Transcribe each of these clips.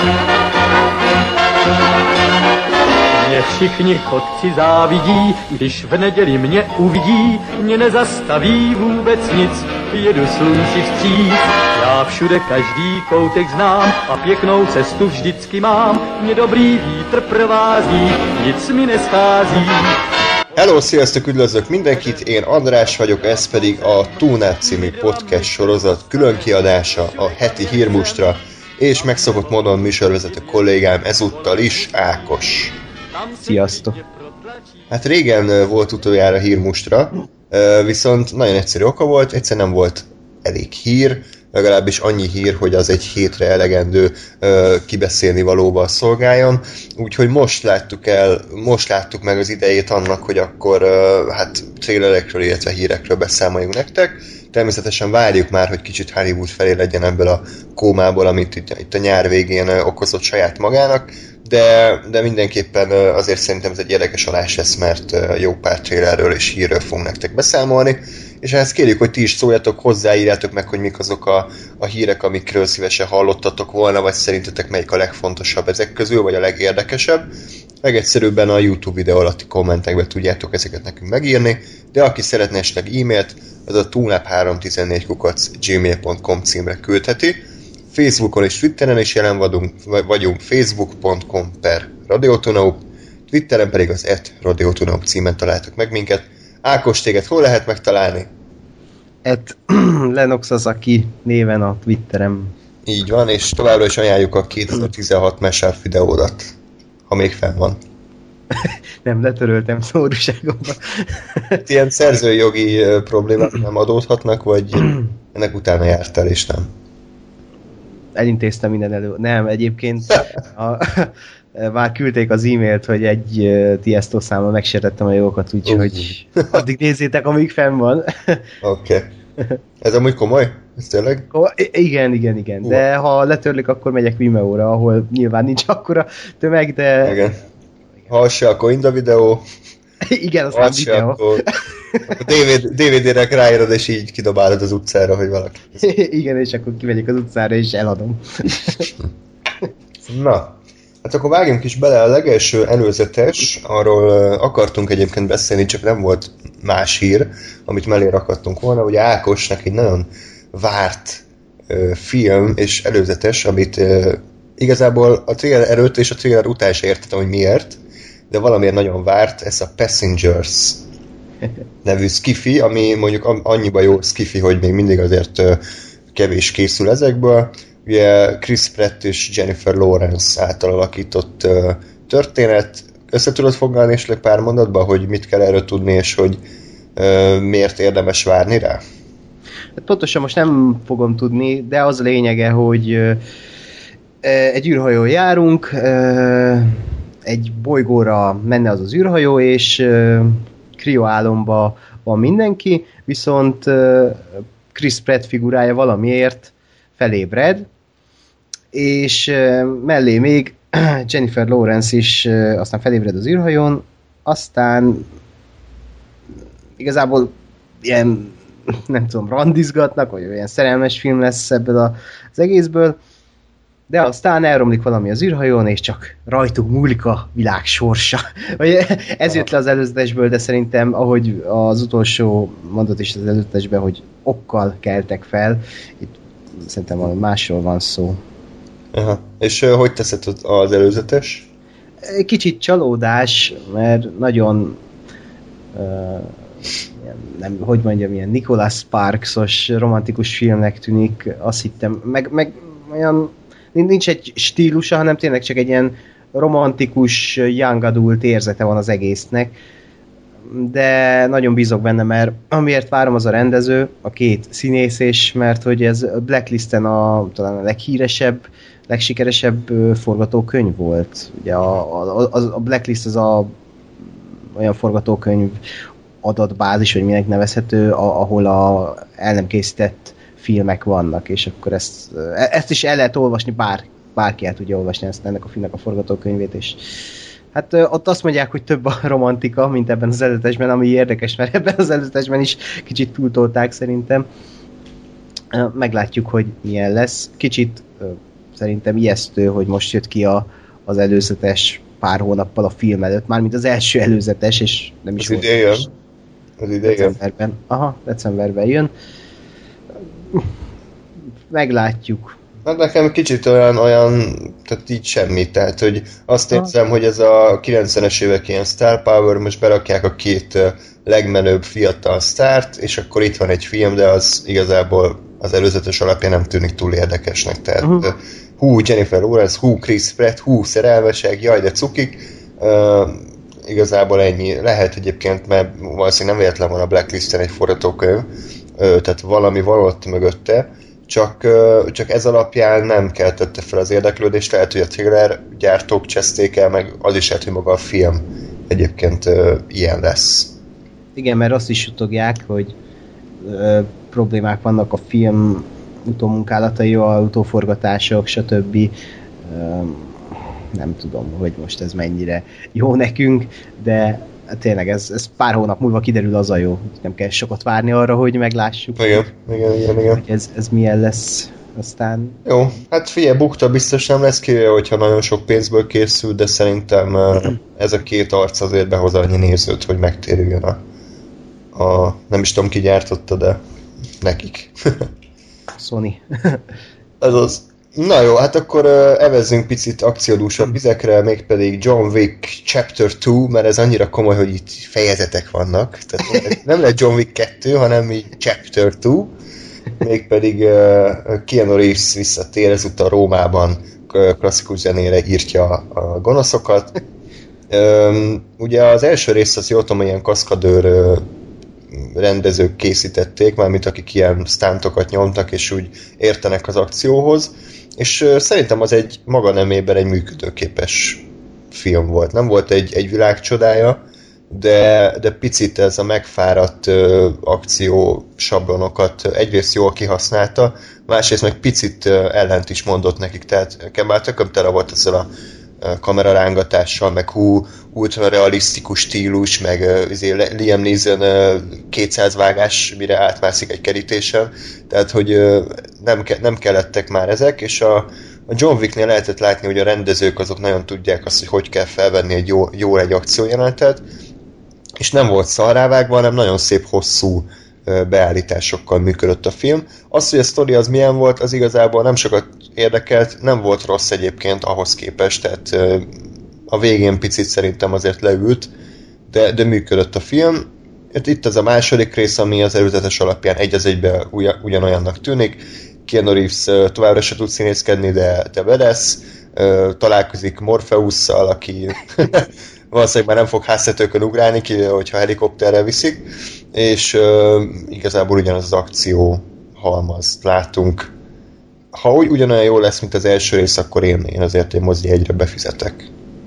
Mě všichni chodci závidí, když v neděli mě uvidí, mě nezastaví vůbec nic, jedu slunci vstříc. Já všude každý koutek znám a pěknou cestu vždycky mám, mě dobrý vítr provází, nic mi neschází. Hello, sziasztok, üdvözlök mindenkit, én András vagyok, ez pedig a Túnát című podcast sorozat külön kiadása, a heti hírmustra, és megszokott módon műsorvezető kollégám ezúttal is, Ákos. Sziasztok! Hát régen volt utoljára hírmustra, viszont nagyon egyszerű oka volt, egyszer nem volt elég hír, legalábbis annyi hír, hogy az egy hétre elegendő kibeszélni valóban szolgáljon. Úgyhogy most láttuk meg az idejét annak, hogy akkor trailerekről, illetve hírekről beszámoljunk nektek. Természetesen várjuk már, hogy kicsit Hollywood felé legyen ebből a kómából, amit itt a nyár végén okozott saját magának, de mindenképpen azért szerintem ez egy érdekes adás lesz, mert jó pár trailerről és hírről fogunk nektek beszámolni, és ehhez kérjük, hogy ti is szóljatok, hozzáírjátok meg, hogy mik azok a hírek, amikről szívesen hallottatok volna, vagy szerintetek melyik a legfontosabb ezek közül, vagy a legérdekesebb. Legegyszerűbben a YouTube videó alatti kommentekbe tudjátok ezeket nekünk megírni, de aki szeretne esetleg e-mailt, az a tunap314@gmail.com címre küldheti. Facebookon és Twitteren is jelen vagyunk facebook.com/radiotunaup, Twitteren pedig az @radiotunaup címen találtok meg minket. Ákos, téged hol lehet megtalálni? @Lenoxasaki néven a Twitterem. Így van, és továbbra is ajánljuk a 2016 Mashup videódat, ha még fenn van. Nem, letöröltem szomorúságomban. Ilyen szerzői jogi problémák nem adódhatnak, vagy ennek utána jártál és nem? Elintéztem minden elő. Nem, egyébként már küldték az e-mailt, hogy egy Tiesto számmal megsértettem a jogokat, úgyhogy addig nézzétek, amíg fenn van. Oké. Ez amúgy komoly? Ez tényleg? Igen. De ha letörlik, akkor megyek Vimeo-ra, ahol nyilván nincs akkora tömeg, de... Igen. Ha az se, akkor Inda videó. Igen, az nem videó. Akkor DVD-re ráírod, és így kidobálod az utcára, hogy valaki. Igen, és akkor kimegyek az utcára, és eladom. Na, hát akkor vágjunk is bele a legelső előzetes, arról akartunk egyébként beszélni, csak nem volt más hír, amit mellé rakadtunk volna, hogy Ákosnak egy nagyon várt film és előzetes, amit igazából a trailer előtt és a trailer után sem értettem, hogy miért, de valamiért nagyon várt, ez a Passengers nevű skifi, ami mondjuk annyiba jó skifi, hogy még mindig azért kevés készül ezekből. Ugye Chris Pratt és Jennifer Lawrence által alakított történet. Össze tudod foglalni esetleg pár mondatba, hogy mit kell erről tudni, és hogy miért érdemes várni rá? Hát pontosan most nem fogom tudni, de az a lényege, hogy egy űrhajón járunk, egy bolygóra menne az űrhajó, és krioálomba van mindenki, viszont Chris Pratt figurája valamiért felébred, és mellé még Jennifer Lawrence is aztán felébred az űrhajón, aztán igazából ilyen, nem tudom, randizgatnak, vagy olyan szerelmes film lesz ebből az egészből, de aztán elromlik valami az űrhajón, és csak rajtuk múlik a világ sorsa. Ez jött le az előzetesből, de szerintem, ahogy az utolsó mondat is az előzetesben, hogy okkal keltek fel, itt szerintem másról van szó. Aha. És hogy teszed az előzetes? Kicsit csalódás, mert nagyon ilyen Nicholas Sparks-os romantikus filmnek tűnik, azt hittem, meg olyan nincs egy stílusa, hanem tényleg csak egy ilyen romantikus, young adult érzete van az egésznek, de nagyon bízok benne, mert amiért várom, az a rendező, a két színész is, mert hogy ez Blacklisten talán a leghíresebb, legsikeresebb forgatókönyv volt. Ugye a Blacklist az olyan forgatókönyv adatbázis, vagy minek nevezhető, ahol el nem készített filmek vannak, és akkor ezt is el lehet olvasni, bárki el tudja olvasni ennek a filmnek a forgatókönyvét, és hát ott azt mondják, hogy több a romantika, mint ebben az előzetesben, ami érdekes, mert ebben az előzetesben is kicsit túltolták szerintem. Meglátjuk, hogy milyen lesz. Kicsit szerintem ijesztő, hogy most jött ki az előzetes pár hónappal a film előtt, mármint az első előzetes, és nem is az idén jön. Az idén decemberben. Aha, decemberben jön. Meglátjuk. Hát nekem kicsit olyan, tehát így semmi, tehát hogy azt érzem, hogy ez a 90-es évek ilyen Star Power, most berakják a két legmenőbb fiatal sztárt, és akkor itt van egy film, de az igazából az előzetes alapján nem tűnik túl érdekesnek, tehát hú, Jennifer Lawrence, hú, Chris Pratt, hú, szerelmesek, jaj, de cukik, igazából ennyi. Lehet egyébként, mert valószínűleg nem véletlen van a Blacklisten egy forgatókönyv, tehát valami van ott mögötte, csak ez alapján nem keltette fel az érdeklődést, lehet, hogy a thriller gyártók cseszték el, meg az is lehet, hogy maga a film egyébként ilyen lesz. Igen, mert azt is jutogják, hogy problémák vannak a film utómunkálataival, utóforgatások, stb. Nem tudom, hogy most ez mennyire jó nekünk, de tényleg ez pár hónap múlva kiderül, az a jó. Nem kell sokat várni arra, hogy meglássuk. Igen. Hogy ez milyen lesz aztán. Jó, hát figyelj, bukta biztos nem lesz ki, hogyha nagyon sok pénzből készül, de szerintem ez a két arc azért behoz annyi nézőt, hogy megtérüljön a nem is tudom ki gyártotta, de nekik. Sony. Ez az. Na jó, hát akkor evezzünk picit akciódúsabb vizekre, mégpedig John Wick Chapter 2, mert ez annyira komoly, hogy itt fejezetek vannak. Tehát nem lehet John Wick 2, hanem így Chapter 2. Mégpedig Keanu Reeves visszatér, ezúttal Rómában klasszikus zenére írtja a gonoszokat. Ugye az első rész, az jól tudom, ilyen kaszkadőr rendezők készítették, mármint akik ilyen sztántokat nyomtak, és úgy értenek az akcióhoz, és szerintem az egy maga nemében egy működőképes film volt. Nem volt egy világcsodája, de picit ez a megfáradt akció sablonokat egyrészt jól kihasználta, másrészt meg picit ellent is mondott nekik, tehát nekem már tököm tele volt ezzel a kamerarángatással, meg ultra realisztikus stílus, meg Liam Neeson 200 vágás, mire átmászik egy kerítésen, tehát hogy nem kellettek már ezek, és a John Wicknél lehetett látni, hogy a rendezők azok nagyon tudják azt, hogy kell felvenni egy akciójelenetet, és nem volt szarrávágva, hanem nagyon szép hosszú beállításokkal működött a film. Az, hogy a sztori az milyen volt, az igazából nem sokat érdekelt, nem volt rossz egyébként ahhoz képest, tehát a végén picit szerintem azért leült, de működött a film. Itt az a második rész, ami az előzetes alapján egy az egybe ugyanolyannak tűnik. Keanu Reeves továbbra se tud színészkedni, de bedesz. Találkozik Morpheusszal, aki valószínűleg már nem fog háztetőkön ugrálni, hogyha helikopterrel viszik, és igazából ugyanaz az akció halmazt látunk. Ha ugyanolyan jó lesz, mint az első rész, akkor én azért egy mozi egyre befizetek.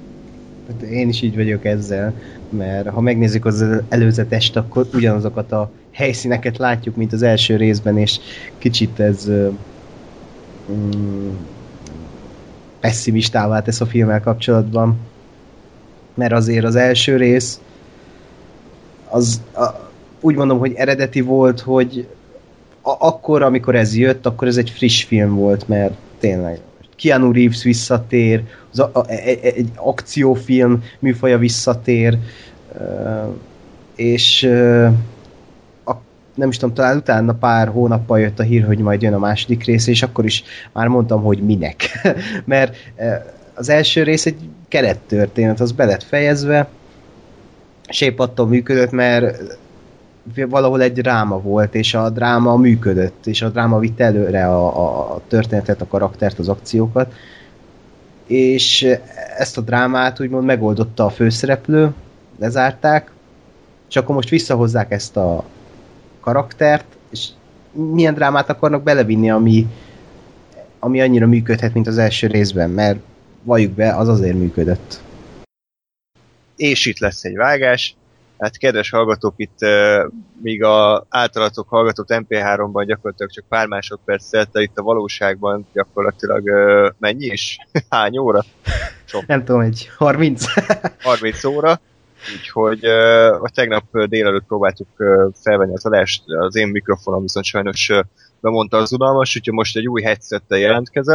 Én is így vagyok ezzel, mert ha megnézzük az előzetest, akkor ugyanazokat a helyszíneket látjuk, mint az első részben, és kicsit ez pessimistává tesz a filmmel kapcsolatban. Mert azért az első rész úgy mondom, hogy eredeti volt, hogy akkor, amikor ez jött, akkor ez egy friss film volt, mert tényleg Keanu Reeves visszatér, egy akciófilm műfaja visszatér, és nem is tudom, talán utána pár hónappal jött a hír, hogy majd jön a második rész, és akkor is már mondtam, hogy minek. Mert az első rész egy kerettörténet, az be lett fejezve, és épp attól működött, mert valahol egy dráma volt, és a dráma működött, és a dráma vitt előre a történetet, a karaktert, az akciókat, és ezt a drámát úgymond megoldotta a főszereplő, lezárták, és akkor most visszahozzák ezt a karaktert, és milyen drámát akarnak belevinni, ami annyira működhet, mint az első részben, mert valljuk be, az azért működött. És itt lesz egy vágás. Hát kedves hallgatók, itt míg a általatok hallgatott MP3-ban gyakorlatilag csak pár másodperc telt, itt a valóságban gyakorlatilag mennyi is? Hány óra? Sok. Nem tudom, egy 30? 30 óra. Úgyhogy tegnap délelőtt próbáltuk felvenni az adást, az én mikrofonom viszont sajnos bemondta az unalmas, úgyhogy most egy új headsettel jelentkezem,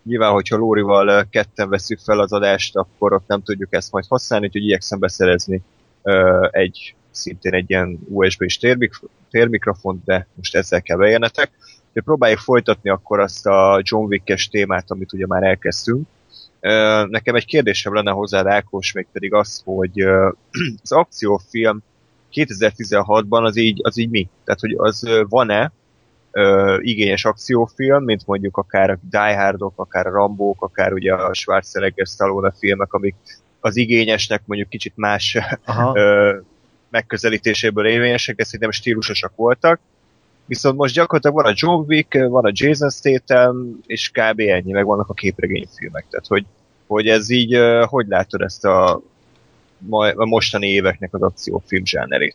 Nyilván, hogyha Lórival ketten veszük fel az adást, akkor ott nem tudjuk ezt majd használni, úgyhogy igyekszem beszerezni szintén egy ilyen USB-s térmikrofont, de most ezzel kell beérnetek. De próbáljuk folytatni akkor azt a John Wick-es témát, amit ugye már elkezdtünk. Nekem egy kérdésem lenne hozzá, Ákos, még pedig az, hogy az akciófilm 2016-ban az így mi? Tehát, hogy az van-e igényes akciófilm, mint mondjuk akár a Die Hardok, akár a Rambók, akár ugye a Schwarzenegger Stallone filmek, amik az igényesnek mondjuk kicsit más megközelítéséből érvényesek, de szerintem stílusosak voltak. Viszont most gyakorlatilag van a John Wick, van a Jason Statham, és kb. Ennyi, meg vannak a képregényfilmek. Tehát, hogy ez így, hogy látod ezt a mostani éveknek az akciófilm zsánerét?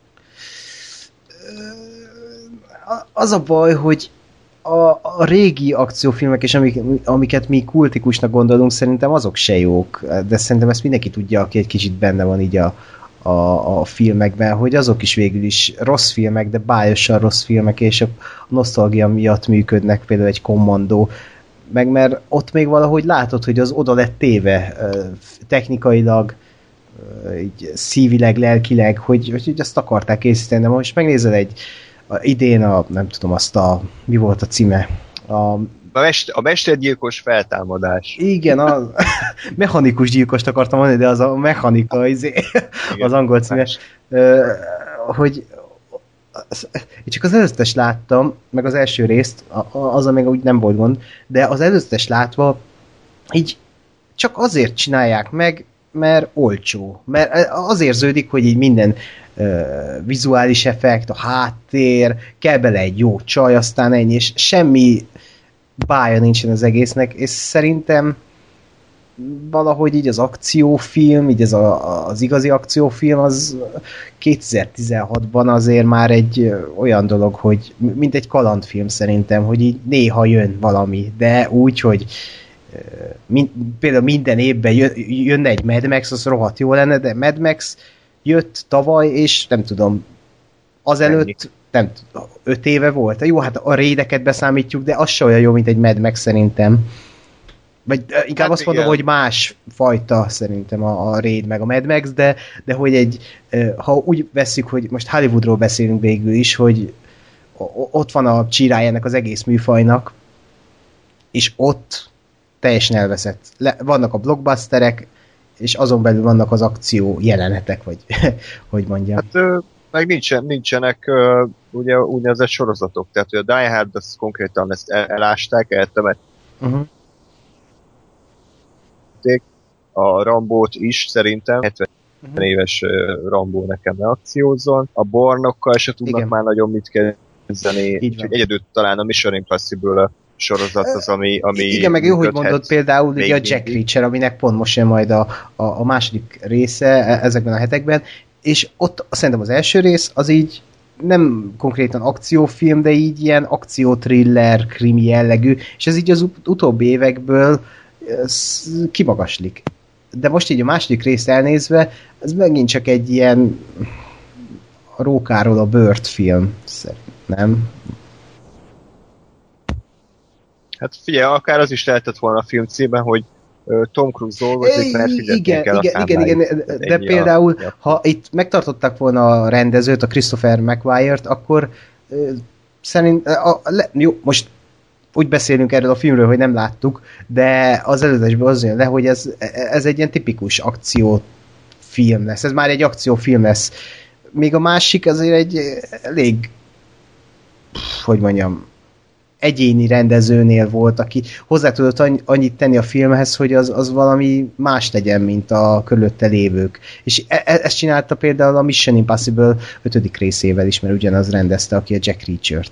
Az a baj, hogy a régi akciófilmek, és amiket mi kultikusnak gondolunk, szerintem azok se jók, de szerintem ezt mindenki tudja, aki egy kicsit benne van így a filmekben, hogy azok is végül is rossz filmek, de bájosan rossz filmek, és a nosztalgia miatt működnek, például egy Kommandó, meg mert ott még valahogy látod, hogy az oda lett téve technikailag, így szívileg, lelkileg, hogy azt akarták készíteni, de most megnézed idén nem tudom mi volt a címe? A mestergyilkos feltámadás. Igen, a mechanikus gyilkost akartam mondani, de az a mechanika, az angol címe. Hogy én csak az előzetes láttam, meg az első részt, az még úgy nem volt gond, de az előzetes látva így csak azért csinálják meg, mert olcsó. Mert az érződik, hogy így minden vizuális effekt, a háttér, kell bele egy jó csaj, aztán ennyi, és semmi bája nincsen az egésznek, és szerintem valahogy így az akciófilm, így ez az igazi akciófilm, az 2016-ban azért már egy olyan dolog, hogy mint egy kalandfilm szerintem, hogy így néha jön valami, de úgy, hogy például minden évben jönne egy Mad Max, az rohadt jó lenne, de Mad Max jött tavaly, és nem tudom, azelőtt, nem tudom, 5 éve volt. Jó, hát a raideket beszámítjuk, de az se olyan jó, mint egy Mad Max szerintem. Vagy inkább hát azt mondom, hogy más fajta szerintem a raid meg a Mad Max, de hogy ha úgy vesszük, hogy most Hollywoodról beszélünk végül is, hogy ott van a csirája ennek az egész műfajnak, és ott teljesen elveszett. Vannak a blockbusterek, és azon belül vannak az akció jelenetek, vagy hogy mondjam. Hát meg nincsenek ugye úgynevezett sorozatok, tehát hogy a Die Hard, azt konkrétan ezt elásták, eltemették. A Rambót is szerintem, 70 éves Rambó nekem ne akciózzon. A Bornokkal se tudnak már nagyon mit kezdeni, úgyhogy egyedül talán a Mission Impossible sorozat az, ami igen, meg jó, hogy mondod például ugye a Jack Reacher, aminek pont most jön majd a második része ezekben a hetekben, és ott szerintem az első rész az így nem konkrétan akciófilm, de így ilyen akcióthriller, krimi jellegű, és ez így az utóbbi évekből kimagaslik. De most így a második részt elnézve, ez megint csak egy ilyen a rókáról a bőrt film, nem? Hát figyelj, akár az is lehetett volna a film címben, hogy Tom Cruise dolgozik, mert fizetni kell a számláit. Igen, de például, ha itt megtartották volna a rendezőt, a Christopher McQuarrie-t, akkor jó, most úgy beszélünk erről a filmről, hogy nem láttuk, de az előzetesben az jön le, hogy ez egy ilyen tipikus akciófilm lesz. Ez már egy akciófilm lesz. Még a másik azért egy elég, hogy mondjam, egyéni rendezőnél volt, aki hozzá tudott annyit tenni a filmhez, hogy az valami más legyen, mint a körülötte lévők. És ezt csinálta például a Mission Impossible 5. részével is, mert ugyanaz rendezte, aki a Jack Reacher-t.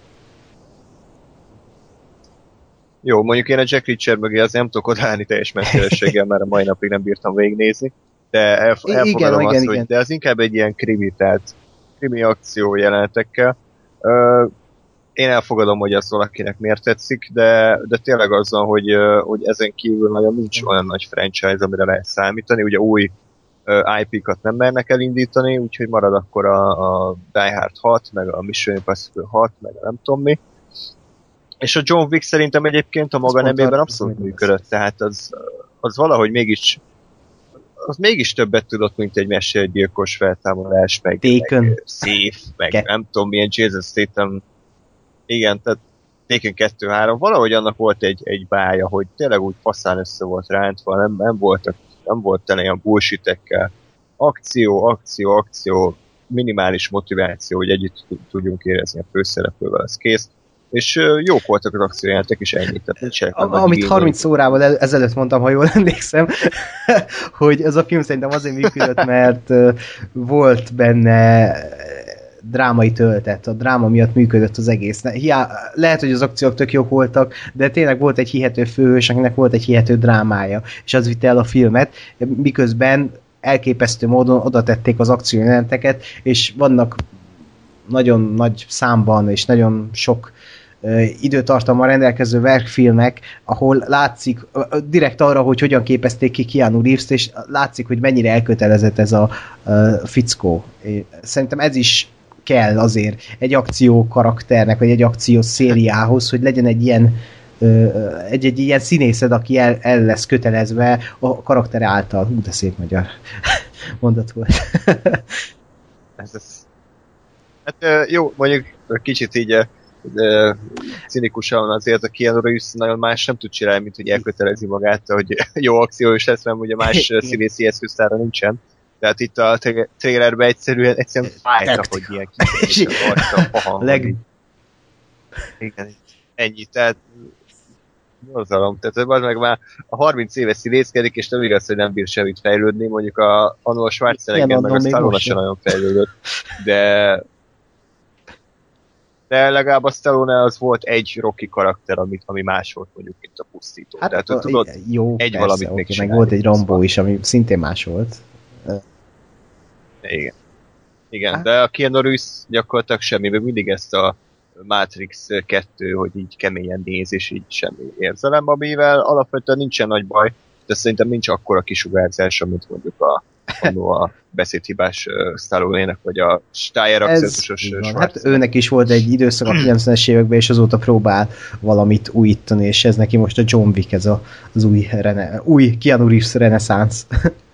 Jó, mondjuk én a Jack Reacher mögé azért nem tudok odaállni teljes messzélességgel, mert a mai napig nem bírtam végignézni, de elfogadom azt, hogy de az inkább egy ilyen krimi, tehát krimi akció jelenetekkel. Én elfogadom, hogy ez valakinek miért tetszik, de tényleg azzal, hogy ezen kívül nagyon nincs olyan nagy franchise, amire lehet számítani. Ugye új IP-kat nem mernek elindítani, úgyhogy marad akkor a Die Hard 6, meg a Mission Impossible 6, meg a nem tudom mi. És a John Wick szerintem egyébként a maga nemében abszolút működött, tehát az valahogy mégis az mégis többet tudott, mint egy mesélgyilkos feltámadás, meg Safe, meg nem tudom milyen Jason Statham. Igen, tehát Taken 2-3. Valahogy annak volt egy bája, hogy tényleg úgy faszán össze volt rántva, nem volt tele ilyen bullshit-ekkel. Akció, minimális motiváció, hogy együtt tudjunk érezni a főszereplővel, ez kész. És jók voltak az akciójáték is ennyit. Amit 30 órával ezelőtt mondtam, ha jól emlékszem, hogy ez a film szerintem azért működött, mert volt benne drámai töltet. A dráma miatt működött az egész. Lehet, hogy az akciók tök jók voltak, de tényleg volt egy hihető főhős, akinek volt egy hihető drámája, és az vitte el a filmet, miközben elképesztő módon oda tették az akciójelenteket, és vannak nagyon nagy számban, és nagyon sok időtartammal rendelkező verkfilmek, ahol látszik, direkt arra, hogy hogyan képezték ki Keanu Reeves-t, és látszik, hogy mennyire elkötelezett ez a fickó. Szerintem ez is kell azért egy akció karakternek, vagy egy akció szériához, hogy legyen egy ilyen egy ilyen színészed, aki el lesz kötelezve a karakter által. De szép magyar mondat volt. Hát jó, mondjuk kicsit így cinikusan azért a Keanu Reeves nagyon más nem tud csinálni, mint hogy elkötelezi magát, hogy jó akciós lesz, mert ugye más színészi eszköztára nincsen. Tehát itt a trailerben egyszerűen fájtak, hogy ilyen kifejezések arca, igen, ennyi, tehát borzalom. Tehát az meg már a 30 éves színészkedik, és nem igaz, hogy nem bír semmit fejlődni, mondjuk a Arnold Schwarzenegger meg a Stallone sem nagyon fejlődött, de legalább a Stallone az volt egy Rocky karakter, ami más volt mondjuk, mint a pusztító. Hát, tehát tudod, jó, egy persze, valamit még meg volt egy Rambo is, ami szintén más volt. Igen, hát. De a Keanu Reeves gyakorlatilag semmi, még mindig ezt a Matrix 2, hogy így keményen néz, és így semmi érzelem, amivel alapvetően nincsen nagy baj, de szerintem nincs akkora kisugárzása, mint mondjuk a beszédhibás Stallone-nek, vagy a Steyr akcentusos hát őnek is volt egy időszak a 90-es években, és azóta próbál valamit újítani, és ez neki most a John Wick, ez az új Keanu Reeves reneszánsz.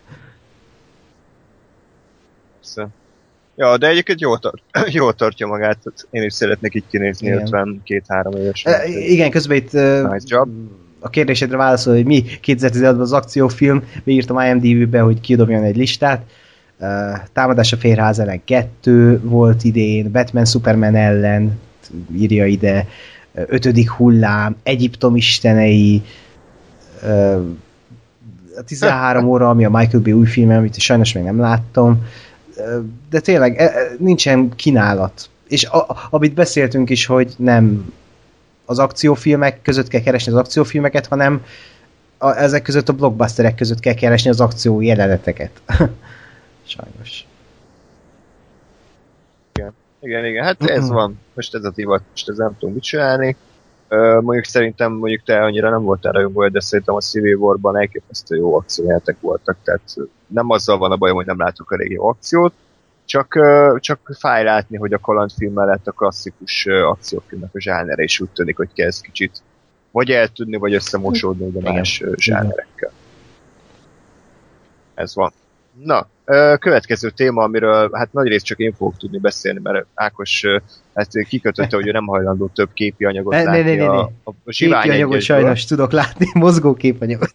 Ja, de egyébként jól tartja magát, én is szeretnék így kinézni 52-3 évesen. Igen, közben itt nice job. A kérdésedre válaszol, hogy mi 2016-ban az akciófilm, beírtam IMDb-be, hogy kidobjon egy listát. Támadás a Félház ellen 2 volt idén, Batman Superman ellen írja ide, 5. hullám, Egyiptom istenei, a 13 óra, ami a Michael Bay új filme, amit sajnos még nem láttam, de tényleg nincsen kínálat. És amit beszéltünk is, hogy nem az akciófilmek között kell keresni az akciófilmeket, hanem ezek között a blockbusterek között kell keresni az akció jeleneteket. Sajnos. Igen, hát ez van. Most ez a divat, most ez nem tudom mit csinálni. Mondjuk szerintem, te annyira nem voltál rajongó, de szerintem a Civil War-ban elképesztő jó akciójátek voltak, tehát nem azzal van a bajom, hogy nem látok elég jó akciót, csak fáj látni, hogy a kalandfilm mellett a klasszikus akciófilmnek a zsánere is úgy tűnik, hogy kezd kicsit vagy eltűnni, vagy összemosódni a más zsánerekkel. Ez van. Na, következő téma, amiről hát nagyrészt csak én fogok tudni beszélni, mert Ákos kikötötte, hogy ő nem hajlandó több képi anyagot látni. A képi anyagot sajnos tudok látni, mozgóképanyagot.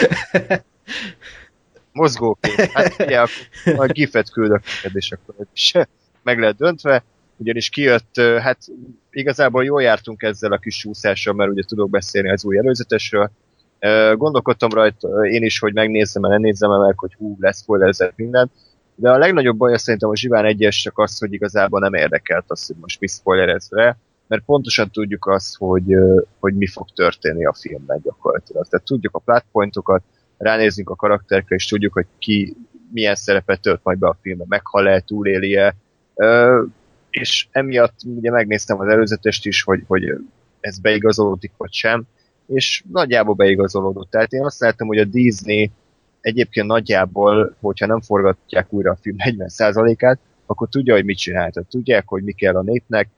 Mozgókép. Hát ugye, a gifet küldök neked, és akkor is meg lehet döntve, ugyanis kijött, hát igazából jól jártunk ezzel a kis csúszással, mert ugye tudok beszélni az új előzetesről. Gondolkodtam rajta én is, hogy megnézzem, nem nézzem meg, hogy lesz spoilerzett minden, de a legnagyobb baj szerintem a Zsiván 1-es csak az, hogy igazából nem érdekelt az, hogy most mi spoilerezve, mert pontosan tudjuk azt, hogy mi fog történni a filmben gyakorlatilag. Tehát tudjuk a plotpointokat, ránézzünk a karakterkre, és tudjuk, hogy ki milyen szerepet tölt majd be a filmben, meghal-e, túléli-e, és emiatt ugye megnéztem az előzetest is, hogy ez beigazolódik, vagy sem, és nagyjából beigazolódott. Tehát én azt láttam, hogy a Disney egyébként nagyjából, hogyha nem forgatják újra a film 40%-át, akkor tudja, hogy mit csinál. Tehát tudják, hogy mi kell a népnek,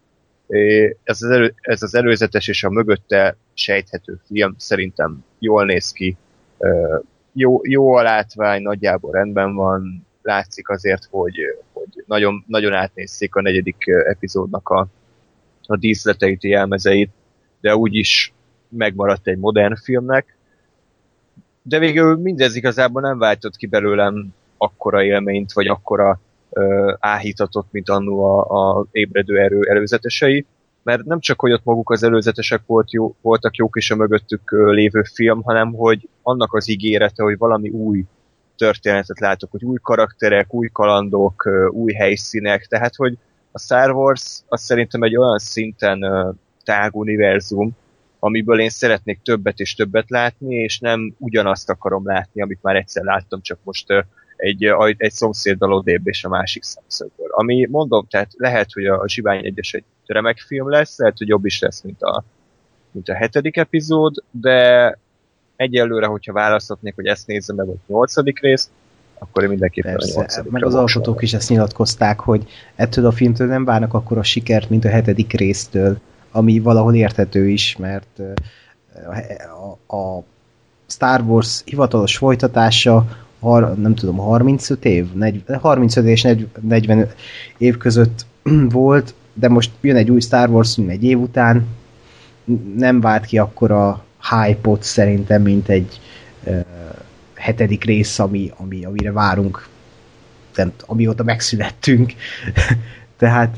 Ez az előzetes és a mögötte sejthető film szerintem jól néz ki, jó a látvány, nagyjából rendben van, látszik azért, hogy nagyon, nagyon átnézték a 4. epizódnak a díszleteit, jelmezeit, de úgyis megmaradt egy modern filmnek. De végül mindez igazából nem váltott ki belőlem akkora élményt, vagy akkora áhítatot, mint annó a ébredő erő előzetesei, mert nem csak, hogy ott maguk az előzetesek voltak jók és a mögöttük lévő film, hanem hogy annak az ígérete, hogy valami új történetet látok, hogy új karakterek, új kalandok, új helyszínek, tehát hogy a Star Wars az szerintem egy olyan szinten tág univerzum, amiből én szeretnék többet és többet látni, és nem ugyanazt akarom látni, amit már egyszer láttam, csak most egy szomszéddal odébb és a másik szemszögből. Ami mondom, tehát lehet, hogy a Zsivány 1-es egy remek film lesz, lehet, hogy jobb is lesz, mint a 7. epizód, de egyelőre, hogyha választhatnék, hogy ezt nézzem meg, vagy 8. részt, akkor én mindenképpen persze, a 8. meg az alkotók is ezt nyilatkozták, hogy ettől a filmtől nem várnak akkor a sikert, mint a 7. résztől, ami valahol érthető is, mert a Star Wars hivatalos folytatása nem tudom, 35 év? 35 és 40 év között volt, de most jön egy új Star Wars film egy év után, nem vált ki akkora hype-ot szerintem, mint egy 7. rész, amire várunk, amióta megszülettünk. Tehát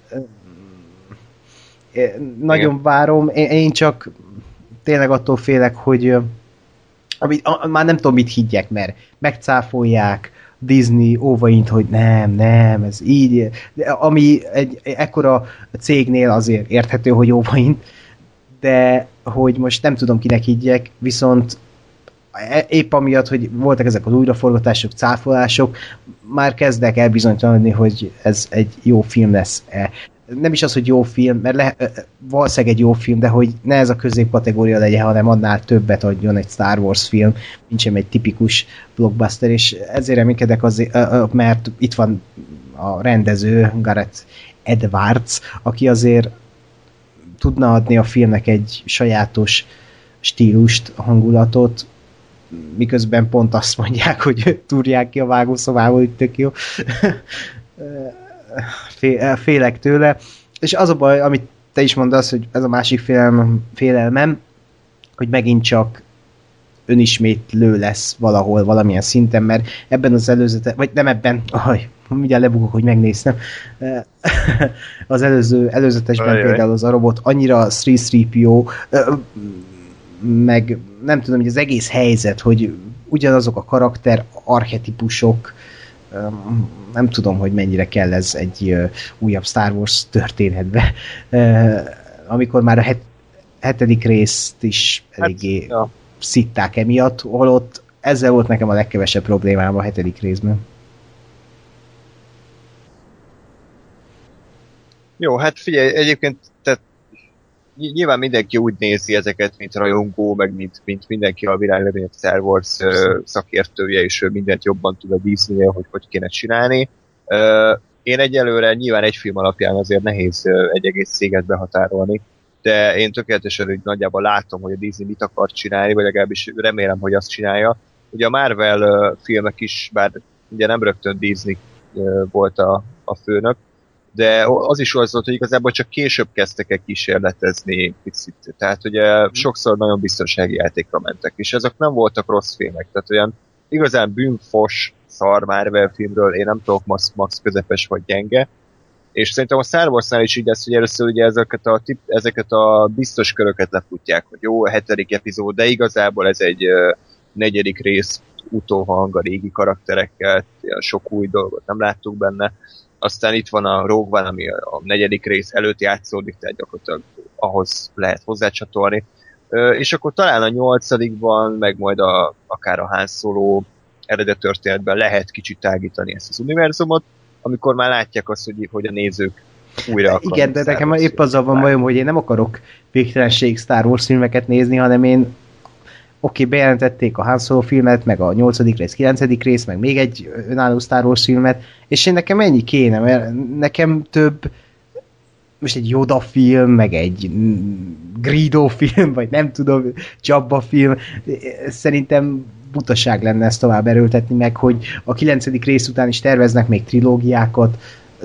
nagyon várom, én csak tényleg attól félek, hogy már nem tudom, mit higgyek, mert megcáfolják Disney óvaint, hogy nem, ez így, de ami egy ekkora cégnél azért érthető, hogy óvaint, de hogy most nem tudom, kinek higgyek, viszont épp amiatt, hogy voltak ezek az újraforgatások, cáfolások, már kezdek el bizonytalanodni, hogy ez egy jó film lesz-e. Nem is az, hogy jó film, mert valószínűleg egy jó film, de hogy ne ez a középkategória legyen, hanem annál többet adjon egy Star Wars film, mint sem egy tipikus blockbuster, és ezért reménykedek azért, mert itt van a rendező, Gareth Edwards, aki azért tudna adni a filmnek egy sajátos stílust, hangulatot, miközben pont azt mondják, hogy túrják ki a vágószobából, hogy tök jó. Félek tőle. És az a baj, amit te is mondasz, hogy ez a másik félelmem, hogy megint csak önismétlő lesz valahol, valamilyen szinten, mert ebben az előzetes, vagy nem ebben, mindjárt lebukok, hogy megnéztem. Az előzetesben például az a robot annyira 3-3PO, meg nem tudom, hogy az egész helyzet, hogy ugyanazok a karakter archetipusok, nem tudom, hogy mennyire kell ez egy újabb Star Wars történetbe. Amikor már a 7. részt is eléggé szitták emiatt, holott ezzel volt nekem a legkevesebb problémám a 7. részben. Jó, hát figyelj, egyébként tehát nyilván mindenki úgy nézi ezeket, mint rajongó, meg mint mindenki a világ legnagyobb Star Wars szakértője, és mindent jobban tud a Disney-nél, hogy kéne csinálni. Én egyelőre nyilván egy film alapján azért nehéz egy egész céget behatárolni, de én tökéletesen hogy nagyjából látom, hogy a Disney mit akar csinálni, vagy legalábbis remélem, hogy azt csinálja. Ugye a Marvel filmek is, bár ugye nem rögtön Disney volt a főnök, de az is az volt, hogy igazából csak később kezdtek el kísérletezni picit. Tehát ugye sokszor nagyon biztonsági játékra mentek, és ezek nem voltak rossz filmek. Tehát olyan igazán bűnfos szar Marvel filmről én nem tudok max közepes vagy gyenge. És szerintem a Star Warsnál is így lesz, hogy először ugye ezeket a biztos köröket lefutják, hogy jó, a 7. epizód, de igazából ez egy 4. rész utóhang a régi karakterekkel, sok új dolgot nem láttuk benne. Aztán itt van a Rogue One, ami a 4. rész előtt játszódik, tehát gyakorlatilag ahhoz lehet hozzácsatolni. És akkor talán a 8-ban, meg majd akár a Han Solo eredet történetben lehet kicsit tágítani ezt az univerzumot, amikor már látják azt, hogy a nézők újra akarnak. Igen, de nekem épp azzal van bajom, hogy én nem akarok végtelenség Star Wars filmeket nézni, hanem én bejelentették a Han Solo filmet, meg a 8. rész, 9. rész, meg még egy önálló Star Wars filmet, és én nekem ennyi kéne, mert nekem több most egy Yoda film, meg egy Greedo film, vagy nem tudom, Jabba film, szerintem butaság lenne ezt tovább erőltetni, meg hogy a 9. rész után is terveznek még trilógiákat.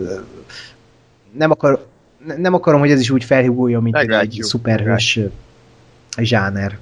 Nem akarom, hogy ez is úgy felhúguljon, mint egy szuperhős zsáner.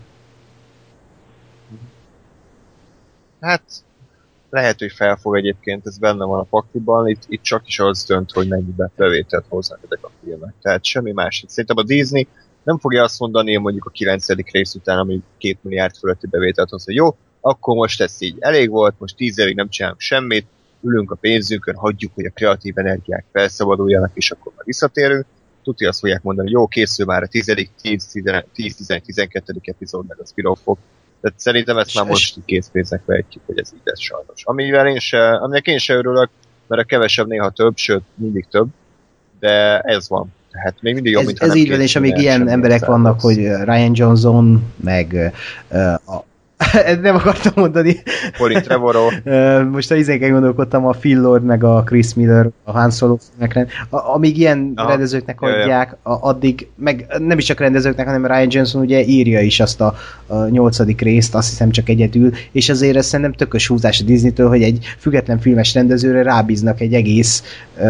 Hát lehet, hogy felfog egyébként, ez benne van a pakliban, itt csak is az dönt, hogy mennyibe bevételt hoznak ezek a filmek. Tehát semmi más. Szerintem a Disney nem fogja azt mondani mondjuk a 9. rész után, ami 2 milliárd fölötti bevételt hoz, hogy jó, akkor most ez így elég volt, most 10 évig nem csinálunk semmit, ülünk a pénzünkön, hagyjuk, hogy a kreatív energiák felszabaduljanak, és akkor már visszatérünk. Tudja, azt fogják mondani, hogy jó, készül már a 10., 10., 12. epizód, meg a spin-offok. Tehát szerintem ezt már most készpénznek vehetjük, hogy ez így lesz sajnos. Aminek én se örülök, mert a kevesebb néha több, sőt mindig több, de ez van. Tehát még mindig jobb, mintha ez így van, és amíg ilyen emberek vannak, hogy Ryan Johnson, meg nem akartam mondani. Colin Trevorrow. Most a izéken gondolkodtam, a Phil Lord, meg a Chris Miller, a Han Solo filmekre. Amíg ilyen rendezőknek adják, addig, meg nem is csak rendezőknek, hanem Ryan Johnson ugye írja is azt a 8. részt, azt hiszem csak egyedül, és azért ez szerintem tökös húzás a Disney-től, hogy egy független filmes rendezőre rábíznak egy egész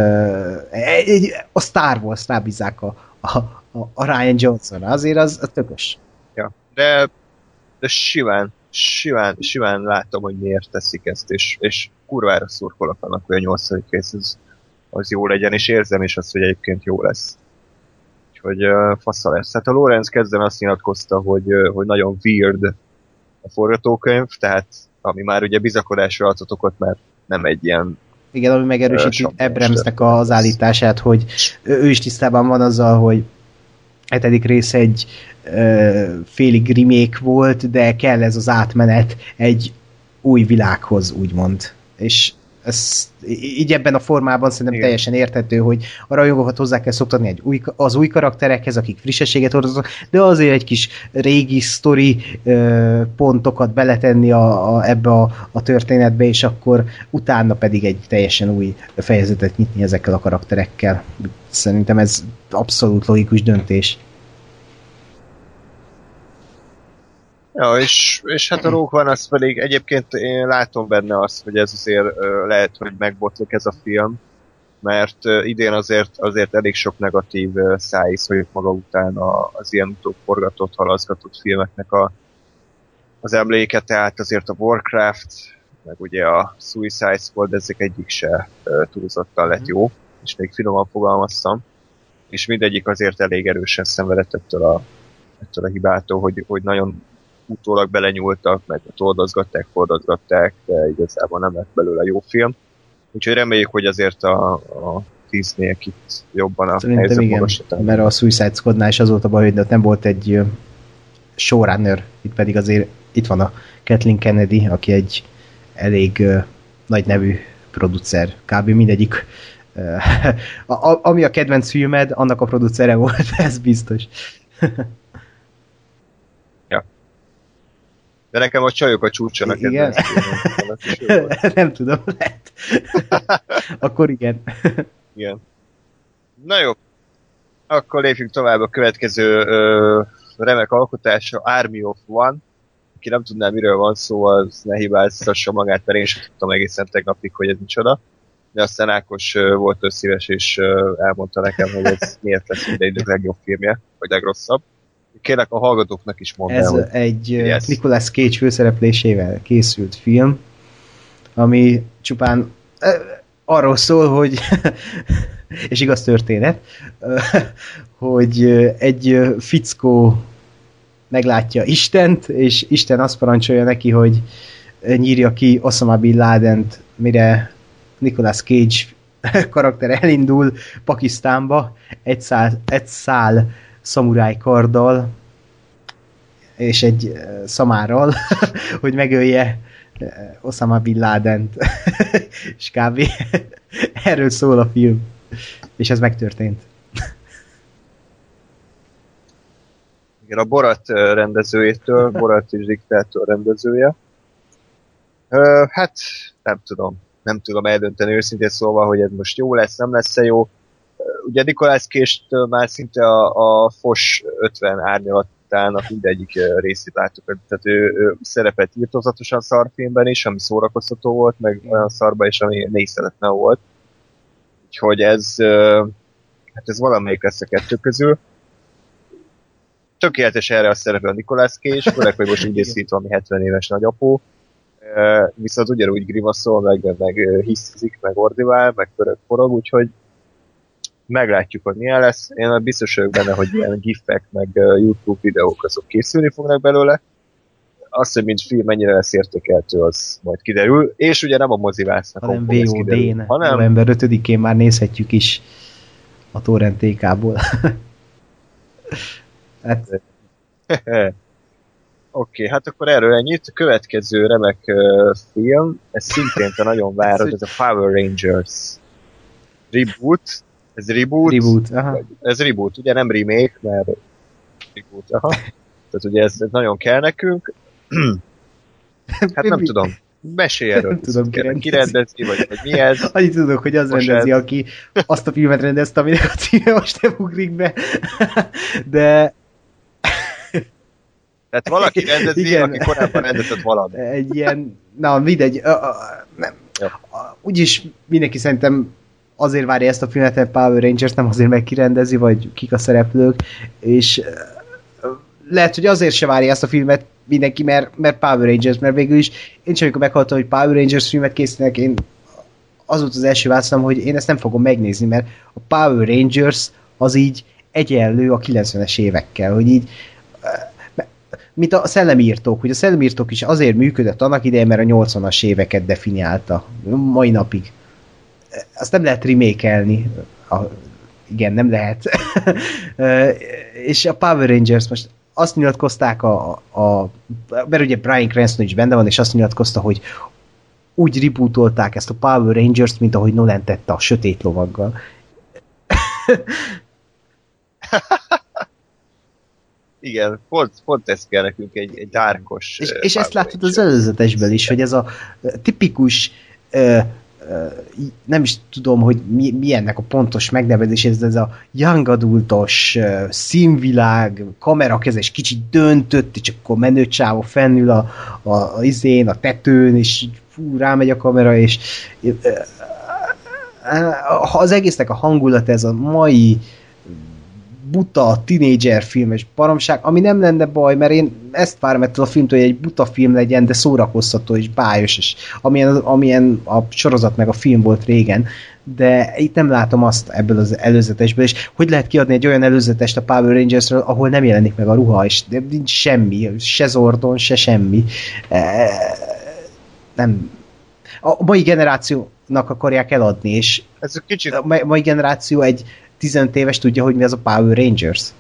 a Star Wars rábízzák a Ryan Johnson. Azért az tökös. Ja, de simán látom, hogy miért teszik ezt, és kurvára szurkolok annak, hogy a 8. rész az jó legyen, és érzem is azt, hogy egyébként jó lesz. Úgyhogy fasza lesz. Hát a Lawrence kezden azt nyilatkozta, hogy nagyon weird a forgatókönyv, tehát ami már ugye bizakodásra adott okot, mert nem egy ilyen igen, ami megerősíti Abramsnek az állítását, hogy ő is tisztában van azzal, hogy 7. rész egy félig remake volt, de kell ez az átmenet egy új világhoz, úgymond. És ez így ebben a formában szerintem teljesen érthető, hogy a rajongókat hozzá kell szoktatni az új karakterekhez, akik frissességet hordoznak, de azért egy kis régi sztori pontokat beletenni ebbe a történetbe, és akkor utána pedig egy teljesen új fejezetet nyitni ezekkel a karakterekkel. Szerintem ez abszolút logikus döntés. Ja, és hát a Rogue One az pedig egyébként én látom benne azt, hogy ez azért lehet, hogy megbotlik ez a film, mert idén azért elég sok negatív szájíz folyik maga után az ilyen utóforgatott, halaszgatott filmeknek az emléke, tehát azért a Warcraft, meg ugye a Suicide Squad, ezek egyik se túlzottan lett jó, és még finoman fogalmaztam, és mindegyik azért elég erősen szenvedett ettől a hibától, hogy nagyon utólag belenyúltak, meg fordozgatták, de igazából nem lett belőle jó film. Úgyhogy reméljük, hogy azért a Disney-ek itt jobban a helyzet magasítani. Mert a Suicide Squadnál is az volt a baj, hogy nem volt egy showrunner, itt pedig azért itt van a Kathleen Kennedy, aki egy elég nagy nevű producer. Kb. Mindegyik ami a kedvenc filmed, annak a producere volt, ez biztos. De nekem a csajok a csúcson a kedvenc filmem. Nem tudom, lehet. Akkor igen. Igen. Na jó. Akkor lépjünk tovább a következő remek alkotásra, Army of One. Aki nem tudná, miről van szó, az ne hibáztassa magát, mert én sem tudtam egészen tegnapig, hogy ez micsoda. De aztán Ákos volt szíves, és elmondta nekem, hogy ez miért lesz minden idők legjobb filmje, vagy legrosszabb. Kérlek a hallgatóknak is mondd el, ez hogy egy Nicolas Cage főszereplésével készült film, ami csupán arról szól, hogy és igaz történet, hogy egy fickó meglátja Istent, és Isten azt parancsolja neki, hogy nyírja ki Osama Bin Ladent, mire Nicolas Cage karakter elindul Pakisztánba egy szál szamuráj karddal és egy szamárral, hogy megölje Osama Bin Ladent. És kb. Erről szól a film. És ez megtörtént. Igen, a Borat rendezőjétől, Borat és Diktátor rendezője. Hát nem tudom eldönteni őszintén szólva, hogy ez most jó lesz, nem lesz-e jó. ugye Nicolas Cage-től már szinte a Fos 50 árnyalatának mindegyik részét láttuk, tehát ő szerepelt írtózatosan szarfilmben is, ami szórakoztató volt, meg olyan szarba is, ami nézhetetlen volt. Úgyhogy ez valamelyik lesz a kettő közül. Tökéletes erre a szerepe a Nicolas Cage, főleg, hogy most úgy észít valami 70 éves nagyapó, viszont ugyanúgy grimaszol, meg hisztizik, meg ordivál, meg forog, úgyhogy meglátjuk, hogy milyen lesz. Én biztos vagyok benne, hogy ilyen gifek, meg YouTube videók azok készülni fognak belőle. Azt, hogy mint film mennyire lesz értékeltő, az majd kiderül. És ugye nem a mozivásznak, hanem VOD-n. hanem november 5-én már nézhetjük is a Torrent TK-ból. Hát... Oké, hát akkor erről ennyit. A következő remek film, ez szintén te nagyon várod, ez a Power Rangers reboot. Ez reboot? Aha. Ez reboot, ugye nem remake, mert reboot, aha. Tehát ugye ez nagyon kell nekünk. Hát nem tudom. Mesélj erről. Nem tudom, ki rendezi, vagy mi ez? Annyit tudok, hogy az most rendezi, aki azt a filmet rendezte, aminek a címe most nem ugrik be. De... Tehát valaki rendezi, igen. Aki korábban rendezett valamit. Egy ilyen... Na, mindegy. Nem. Úgyis mindenki szerintem azért várja ezt a filmet, mert Power Rangers, nem azért meg kirendezi, vagy kik a szereplők, és lehet, hogy azért se várja ezt a filmet mindenki, mert Power Rangers, mert végül is én sem, amikor meghallottam, hogy Power Rangers filmet készítenek, én az volt az első válaszom, hogy én ezt nem fogom megnézni, mert a Power Rangers az így egyenlő a 90-es évekkel, hogy így mint a szellemírtók, hogy a szellemírtók is azért működött annak idején, mert a 80-as éveket definiálta. Mai napig. Azt nem lehet remake-elni. Igen, nem lehet. És a Power Rangers most azt nyilatkozták, mert ugye Bryan Cranston is benne van, és azt nyilatkozta, hogy úgy rebootolták ezt a Power Rangers-t, mint ahogy Nolan tette a Sötét Lovaggal. Igen, pont ez kell nekünk, egy dárkos... És ezt látod az előzetesből is, hogy ez a tipikus nem is tudom, hogy mi ennek a pontos megnevezés, ez a young adultos színvilág, kamerakezés kicsit döntött, és akkor menőcsávó fennül a tetőn, és fú, rámegy a kamera, és az egésznek a hangulat, ez a mai buta, tinédzser filmes baromság, ami nem lenne baj, mert én ezt várom ettől a filmtől, hogy egy buta film legyen, de szórakoztató és bájos, és amilyen a sorozat meg a film volt régen, de itt nem látom azt ebből az előzetesből, és hogy lehet kiadni egy olyan előzetest a Power Rangersről, ahol nem jelenik meg a ruha, és nincs semmi, se Zordon, se semmi. Nem. A mai generációnak akarják eladni, és ez kicsit... a mai generáció egy 15 éves tudja, hogy mi az a Power Rangers.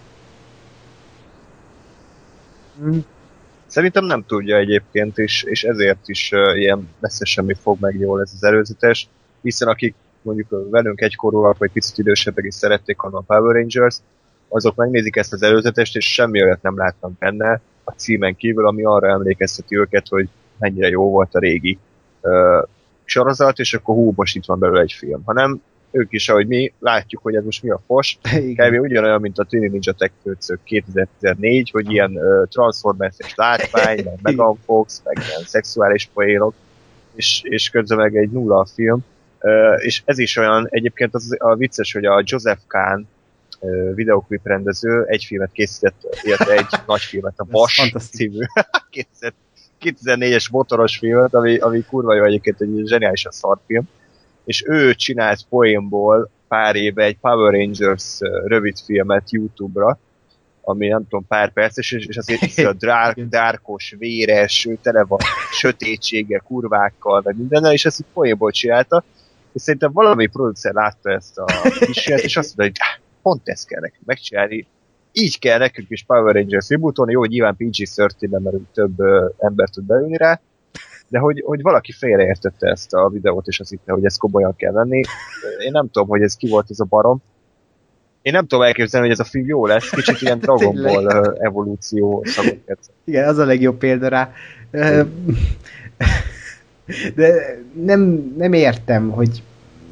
Szerintem nem tudja egyébként, és ezért is ilyen messze semmi fog meg jól ez az előzetes, hiszen akik mondjuk velünk egykorúak, vagy picit idősebbek is szerették a Power Rangers, azok megnézik ezt az előzetest, és semmi olyat nem látnak benne a címen kívül, ami arra emlékezteti őket, hogy mennyire jó volt a régi sorozat, és akkor most itt van belőle egy film. Hanem ők is, ahogy mi, látjuk, hogy ez most mi a fos. Kb. Ugyanolyan, mint a Teenage Ninja Tech 2014, hogy ilyen Transformers-es látvány, meg Megan Fox, meg ilyen szexuális poénok, és közben meg egy nulla film. És ez is olyan, egyébként az a vicces, hogy a Joseph Kahn videoklip rendező egy filmet készített, illetve egy nagy filmet, a Bash című 2004-es motoros filmet, ami kurva jó egyébként, egy zseniálisan szar film, és ő csinált poénból pár éve egy Power Rangers rövidfilmet YouTube-ra, ami nem tudom, pár perces, és azért a dárkos, véres, tele van sötétséggel, kurvákkal, meg mindennel, és ezt így poénból csinálta, és szerintem valami producer látta ezt a kísérletet, és azt mondta, hogy pont ezt kell nekünk megcsinálni, így kell nekünk is Power Rangers rebootolni, jó, hogy nyilván PG-13-ben, mert több ember tud beülni rá, de hogy valaki félreértette ezt a videót, és azt hitte, hogy ezt komolyan kell venni. Én nem tudom, hogy ez ki volt ez a barom. Én nem tudom elképzelni, hogy ez a film jó lesz, kicsit ilyen Dragon Ball evolúció szagokat. Igen, az a legjobb példa rá. De nem értem, hogy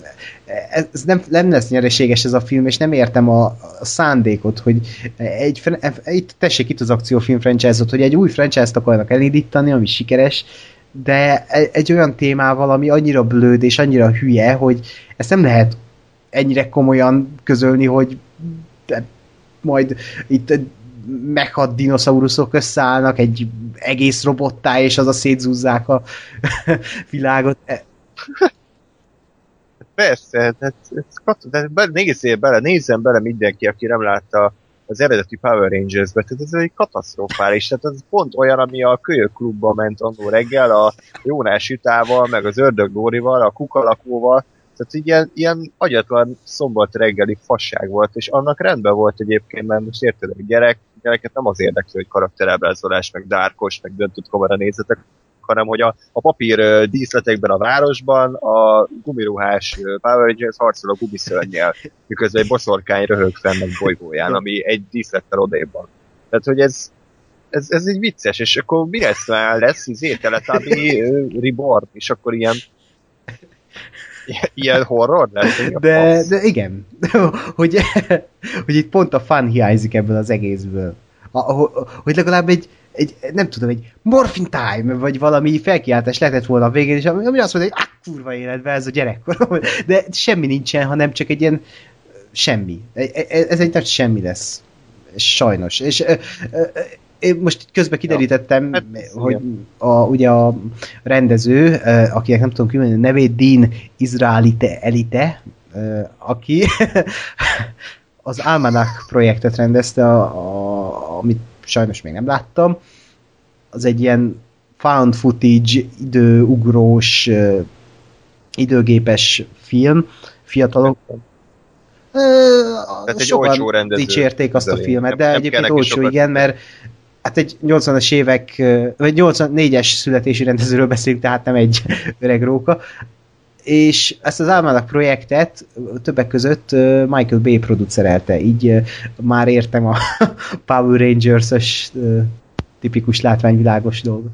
ez nem lesz nyereséges ez a film, és nem értem a szándékot, hogy tessék itt az akciófilm franchise-ot, hogy egy új franchise-t akarnak elindítani, ami sikeres, de egy olyan témával, ami annyira blőd és annyira hülye, hogy ezt nem lehet ennyire komolyan közölni, hogy majd itt meghat dinoszauruszok összeállnak egy egész robottá, és az a szétzúzzák a világot. Persze, nézzen bele mindenki, aki nem látta az eredeti Power Rangers-be, tehát ez egy katasztrofális, tehát ez pont olyan, ami a Kölyök klubba ment annó reggel, a Jónás Jutával, meg az Ördög Dórival, a Kukalakóval, tehát ilyen agyatlan szombat reggeli fasság volt, és annak rendben volt egyébként, mert most érted, hogy gyereket nem az érdekli, hogy karakterábrázolás, meg dárkos, meg döntött kamera nézetek, hanem hogy a papír díszletekben a városban a gumiruhás Power Rangers harcol a gumiszörnnyel, miközben egy boszorkány röhög fenn egy bolygóján, ami egy díszlettel odébb van. Tehát, hogy ez így vicces, és akkor mi lesz Teletubby Reborn, és akkor ilyen horror lesz? De igen, hogy itt pont a fun hiányzik ebből az egészből. Hogy legalább egy nem tudom, egy morphine time, vagy valami felkiáltás lehetett volna a végén, és ami azt mondja, hogy kurva életben ez a gyerekkorom. De semmi nincsen, hanem csak egy ilyen semmi. Ez egy nagy semmi lesz. Sajnos. És én most közben kiderítettem, hogy ugye a rendező, akinek nem tudom kimondani, nevét Dean Elite, aki az Almanac projektet rendezte, amit sajnos még nem láttam. Az egy ilyen found footage, időugrós, időgépes film. Fiatalok. Sokan dicsérték azt a filmet, de egyébként olcsó, igen, mert hát egy 80-as évek, vagy 84-es születésű rendezőről beszélünk, tehát nem egy öreg róka. És ezt az Almanac projektet többek között Michael Bay producerelte, így már értem a Power Rangers-ös tipikus látványvilágos dolgot.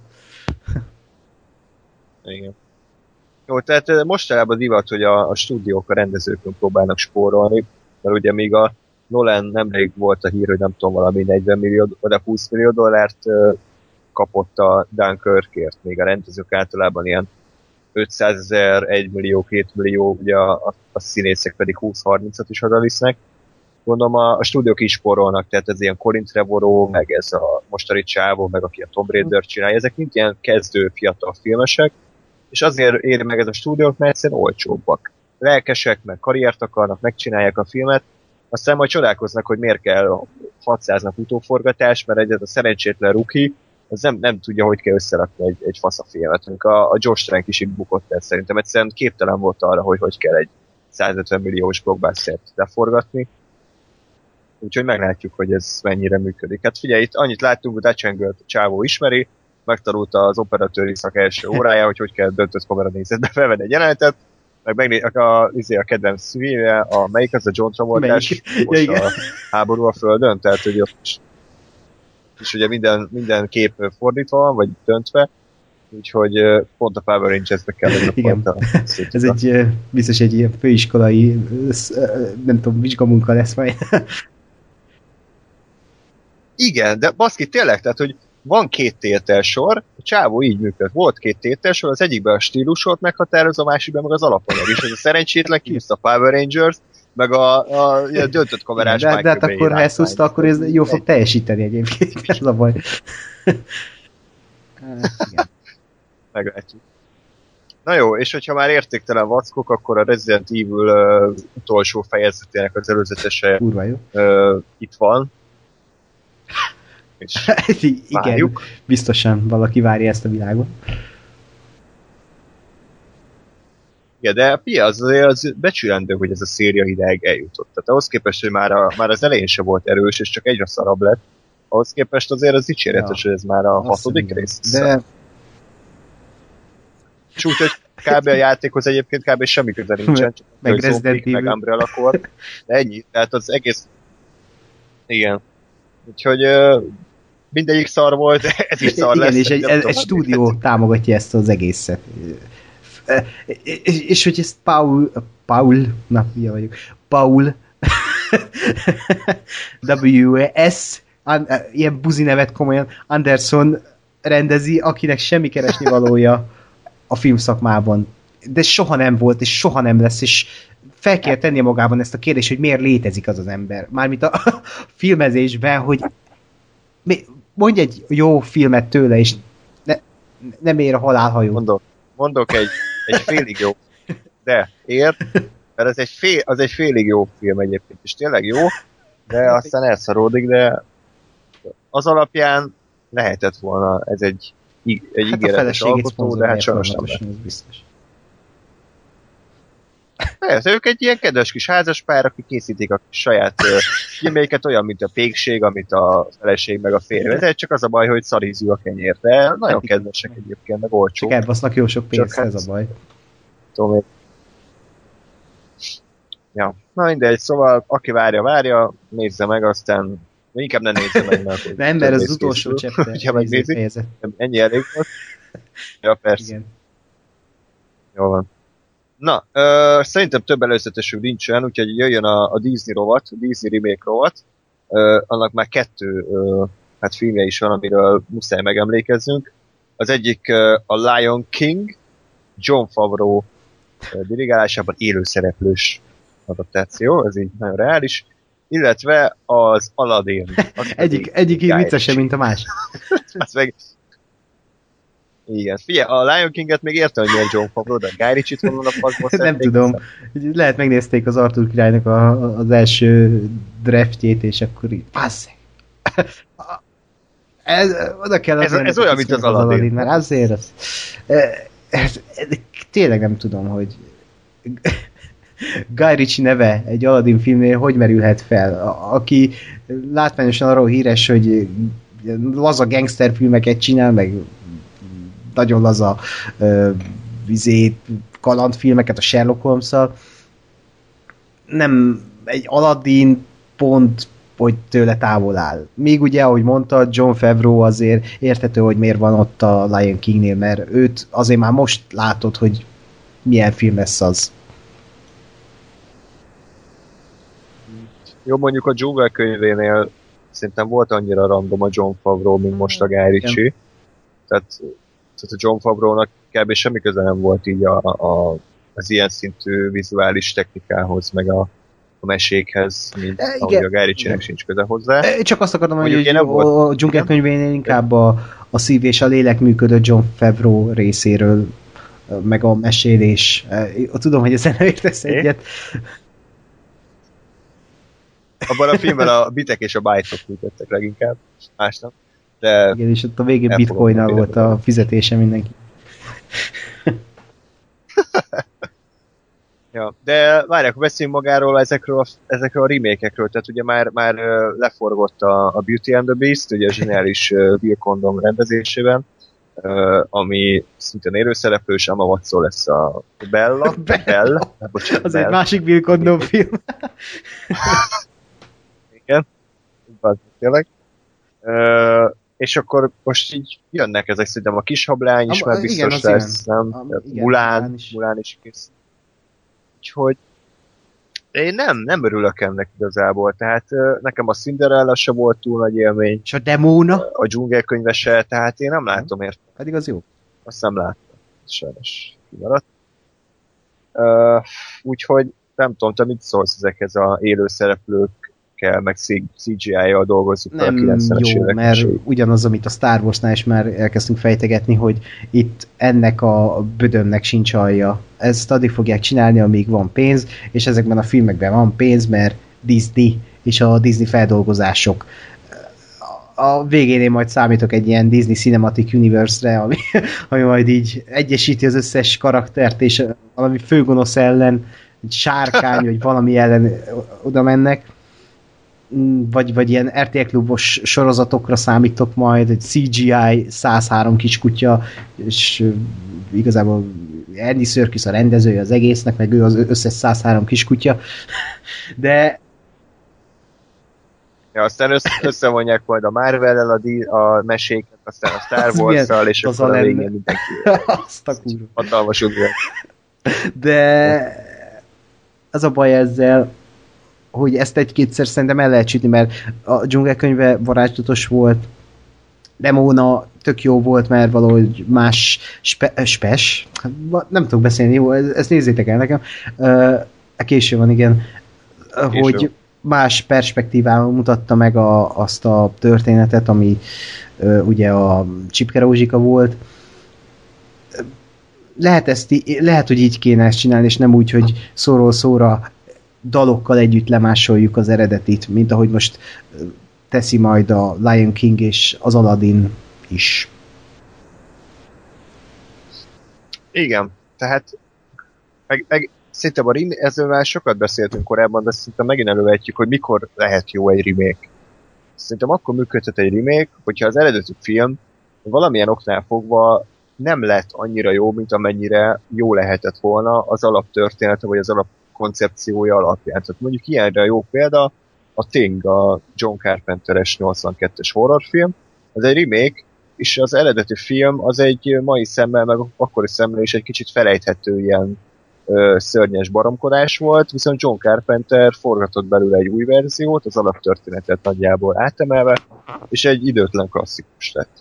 Igen. Jó, tehát mostanában divat, hogy a stúdiók a rendezőkön próbálnak spórolni, mert ugye még a Nolan nemrég volt a hír, hogy nem tudom, valami 40 millió, vagy 20 millió dollárt kapott a Dunkirkért, még a rendezők általában ilyen 500 000, 1 millió, 2 millió, ugye a színészek pedig 20-30-at is odavisznek. Gondolom a stúdiók is spórolnak, tehát ez ilyen Colin Trevorrow, meg ez a mostani csávó, meg aki a Tomb Raider csinálja, ezek mind ilyen kezdő fiatal filmesek, és azért éri meg ez a stúdiót, mert egyszerűen olcsóbbak. Lelkesek, meg karriert akarnak, megcsinálják a filmet, aztán majd csodálkoznak, hogy miért kell 600 nap utóforgatás, mert egy a szerencsétlen rookie, az nem tudja, hogy kell összerakni egy faszafilmet. A Josh Trank is itt bukott el szerintem. Egyszerűen képtelen volt arra, hogy kell egy 150 milliós blockbustert leforgatni. Úgyhogy meglátjuk, hogy ez mennyire működik. Hát figyelj, itt annyit láttunk, hogy Dutch Angle-t a csávó ismeri, megtanulta az operatőri szak első órája, hogy kell döntött kamera nézetbe felvenni egy jelenetet, meg a kedvenc szüvéje, melyik az a John Travolta-s a háború a földön, tehát hogy ott és ugye minden kép fordítva van, vagy döntve, úgyhogy pont a Power Rangers-be kell ez biztos egy ilyen főiskolai nem tudom, vizsgamunka lesz majd. Igen, de baszki, tényleg, tehát, hogy van 2 tételsor, a csávó így működött. Volt 2 tételsor, az egyikben a stílusot meghatároz, a másikben meg az alapanyag is. Ez a szerencsétlen kiúszta a Power Rangers-t, meg a döntött kamerás de hát akkor, ha ezt húzta, akkor ez jól fog teljesíteni egyébként. Ez a baj. Meglátjuk. Na jó, és hogyha már értéktelen vackok, akkor a Resident Evil utolsó fejezetének az előzetese itt van. És igen, biztosan valaki várja ezt a világot. Igen, de Pia, az becsülendő, hogy ez a széria ideig eljutott. Tehát ahhoz képest, hogy már az elején se volt erős, és csak egyre szarabb lett, ahhoz képest azért az dicséretes, hogy ez már a 6. rész. De... És úgy, hogy kb. A játékhoz egyébként kb. Semmi köze nincsen, csak meg Resident Evil, meg Umbrella Corp. De ennyi, tehát az egész... Igen. Úgyhogy mindegyik szar volt, ez is szar igen, lesz. És egy stúdió támogatja ezt az egészet. És hogy ezt Paul, na, ugye vagyok, Paul, W.S., ilyen buzi nevet komolyan, Anderson rendezi, akinek semmi keresni valója a filmszakmában. De soha nem volt, és soha nem lesz, és fel kell tennie magában ezt a kérdést, hogy miért létezik az az ember. Mármint a filmezésben, hogy mondj egy jó filmet tőle, és nem ér a halálhajó. Mondok egy félig jó, de ért, mert az egy félig jó film egyébként, és tényleg jó, de aztán elszaródik, de az alapján lehetett volna ez egy ígéretes alkotó, de hát sajnos nem lett. Biztos. Persze, ők egy ilyen kedves kis házaspár, akik készítik a saját filmjeiket, olyan, mint a Pékség, amit a feleség meg a férje. Ez csak az a baj, hogy szarízű a kenyér, de nagyon kedvesek egyébként, meg olcsó. Csak elbasznak jó sok pénzt, ez a baj. Tudom, ja, na mindegy, szóval aki várja, nézze meg, aztán inkább ne nézze meg, mert nem, az utolsó chapter. Ennyi elég volt. Ja, persze. Igen. Jó van. Na, szerintem több előzetesünk nincsen, úgyhogy jöjjön a Disney rovat, a Disney remake rovat. Annak már 2 filmje is van, amiről muszáj megemlékezzünk. Az egyik a Lion King, Jon Favreau dirigálásában élőszereplős adaptáció, ez így nagyon reális, illetve az Aladdin. Egyik így viccesebb, mint a más. Igen. Figyelj, a Lion King-et még értem, hogy milyen Jon Favreau, de Guy Ritchie-t volna a faszba szedték. Nem tudom. Lehet megnézték az Arthur királynak az első draftjét, és akkor így passzeg. Ez olyan, mint az Aladdin. Mert azért tényleg nem tudom, hogy Guy Ritchie neve egy Aladdin filmnél hogy merülhet fel. Aki látványosan arról híres, hogy laza gangsterfilmeket csinál, meg nagyon laza kalandfilmeket a Sherlock Holmes-szal. Nem egy Aladdin pont, hogy tőle távol áll. Még ugye, ahogy mondta, Jon Favreau azért érthető, hogy miért van ott a Lion Kingnél, mert őt azért már most látod, hogy milyen film lesz az. Jó, mondjuk a Dzsungel könyvénél szerintem volt annyira random a Jon Favreau, mint most a Guy Ritchie. Tehát a Jon Favreau-nak kb. Semmi köze nem volt így az ilyen szintű vizuális technikához, meg a mesékhez, mint ahogy a Guy Ritchie-nek sincs köze hozzá. Csak azt akartam, hogy a Dzsungel könyvénél inkább a szív és a lélek működött Jon Favreau részéről, meg a mesélés. Tudom, hogy ezen nem értesz egyet. Abban a filmben a bitek és a bájtok működtek leginkább, más nem. De igen, és ott a végén bitcoinnal volt a fizetése mindenki. Ja, de várják, beszéljünk magáról ezekről a remake-ekről, tehát ugye már leforgott a Beauty and the Beast, ugye a zseniális Bill Condon rendezésében, ami szintén élőszereplős, Emma Watson lesz a Bella. Bocsánat, az egy másik Bill Condon film. Igen, tényleg. És akkor most így jönnek ezek, szerintem a kishablány is már biztos igen, lesz, nem? Mulán is kész. Úgyhogy én nem örülök ennek igazából, tehát nekem a Cinderella se volt túl nagy élmény. És a Demóna? A dzsungelkönyve se, tehát én nem látom érte. Pedig az jó. Azt nem láttam. Sajnos kimaradt. Úgyhogy nem tudom, te mit szólsz ezekhez az élőszereplőkkel, meg CGI-jal dolgozzuk fel a 90-es évek. Mert ugyanaz, amit a Star Wars-nál is már elkezdtünk fejtegetni, hogy itt ennek a bödönnek sincs alja. Ezt addig fogják csinálni, amíg van pénz, és ezekben a filmekben van pénz, mert Disney és a Disney feldolgozások. A végén én majd számítok egy ilyen Disney Cinematic Universe-re, ami majd így egyesíti az összes karaktert, és valami főgonosz ellen, egy sárkány, vagy valami ellen oda mennek. Vagy ilyen RTL klubos sorozatokra számítok majd, egy CGI 103 kiskutya, és igazából Andy Serkis a rendezője az egésznek, meg ő az összes 103 kiskutya, de ja, aztán összevonják majd a Marvel-el a meséket, aztán a Star Wars-szal, és akkor a végén mindenki. Azt a kurva. Hatalmas ugrat. De az a baj ezzel, hogy ezt egy-kétszer szerintem el lehet sütni, mert a dzsungelkönyve varázslatos volt, Demona tök jó volt, mert valahogy más spes, nem tudok beszélni, jó, ezt nézzétek el nekem, késő van, igen, késő. Hogy más perspektívával mutatta meg azt a történetet, ami ugye a Csipke Rózsika volt. Lehet, hogy így kéne ezt csinálni, és nem úgy, hogy szóról szóra dalokkal együtt lemásoljuk az eredetit, mint ahogy most teszi majd a Lion King és az Aladdin is. Igen, tehát meg szerintem ezzel már sokat beszéltünk korábban, de szerintem megint elővetjük, hogy mikor lehet jó egy remake. Szerintem akkor működhet egy remake, hogyha az eredeti film valamilyen oknál fogva nem lett annyira jó, mint amennyire jó lehetett volna az alaptörténete, vagy az alapkoncepciója alapján. Tehát mondjuk ilyenre jó példa a Thing, a John Carpenter-es 82-es horrorfilm. Ez egy remake, és az eredeti film az egy mai szemmel, meg akkori szemmel is egy kicsit felejthető ilyen szörnyes baromkodás volt, viszont John Carpenter forgatott belőle egy új verziót, az alaptörténetet nagyjából átemelve, és egy időtlen klasszikus lett.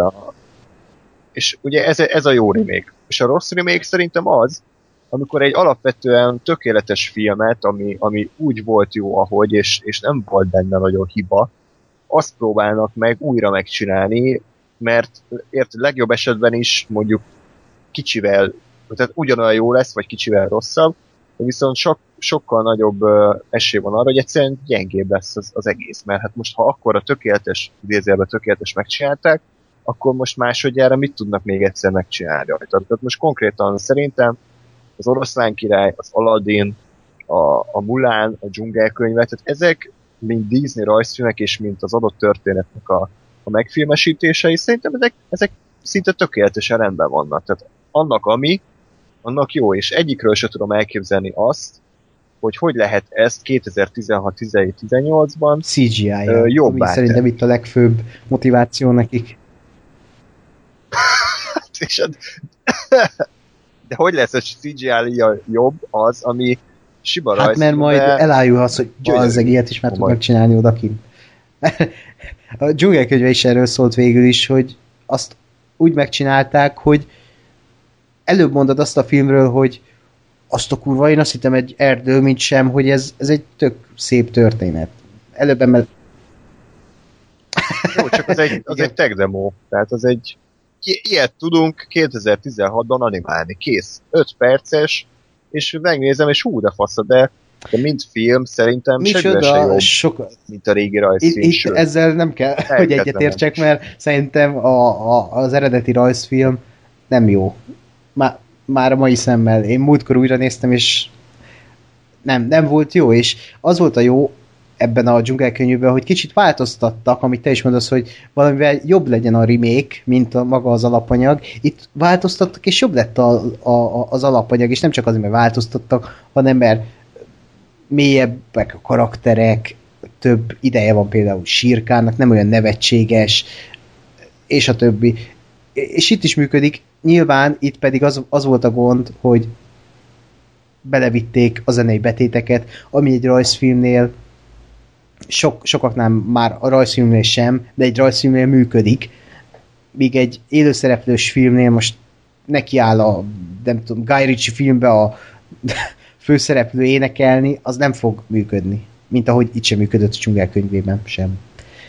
És ugye ez a jó remake. És a rossz remake szerintem az, amikor egy alapvetően tökéletes filmet, ami úgy volt jó, ahogy, és nem volt benne nagyon hiba, azt próbálnak meg újra megcsinálni, mert érted, legjobb esetben is mondjuk kicsivel, tehát ugyanolyan jó lesz, vagy kicsivel rosszabb, de viszont sokkal nagyobb esély van arra, hogy egyszerűen gyengébb lesz az egész. Mert hát most, ha akkor a tökéletes, idézőjelben tökéletes megcsinálták, akkor most másodjára mit tudnak még egyszer megcsinálni? Tehát most konkrétan szerintem az Oroszlán király, az Aladdin, a Mulan, a dzsungelkönyve, tehát ezek mint Disney rajzfilmek, és mint az adott történetnek a megfilmesítései, szerintem ezek szinte tökéletesen rendben vannak. Tehát annak jó, és egyikről sem tudom elképzelni azt, hogy lehet ezt 2016-17-18-ban CGI-jal, jobbá ami szerintem itt a legfőbb motiváció nekik. De hogy lesz a CGI-jal jobb az, ami sima rajz? Hát mert majd elájulhatsz, hogy az ilyet is már tud megcsinálni odakint. A dzsungelkönyve is erről szólt végül is, hogy azt úgy megcsinálták, hogy előbb mondod azt a filmről, hogy azt a kurva, én azt hittem egy erdő, mint sem, hogy ez egy tök szép történet. Előbb emel... Jó, csak az egy tech demo. Tehát az egy ilyet tudunk 2016-ban animálni. Kész. 5 perces, és megnézem, és hú, de fasza, de mint film szerintem se jobb, mint a régi rajzfilm. Itt ezzel nem kell, hogy egyetértsek, mert szerintem az eredeti rajzfilm nem jó. Már a mai szemmel. Én múltkor újra néztem, és nem volt jó, és az volt a jó ebben a dzsungelkönyvben, hogy kicsit változtattak, amit te is mondasz, hogy valamivel jobb legyen a remake, mint maga az alapanyag. Itt változtattak, és jobb lett az alapanyag, és nem csak azért, mert változtattak, hanem mert mélyebbek a karakterek, több ideje van például Sírkánnak, nem olyan nevetséges, és a többi. És itt is működik. Nyilván itt pedig az volt a gond, hogy belevitték a zenei betéteket, ami egy rajzfilmnél sokaknál már a rajzfilmnél sem, de egy rajzfilmnél működik. Míg egy élőszereplős filmnél most nekiáll a, nem tudom, Guy Ritchie filmbe a főszereplő énekelni, az nem fog működni. Mint ahogy itt sem működött a dzsungelkönyvében sem.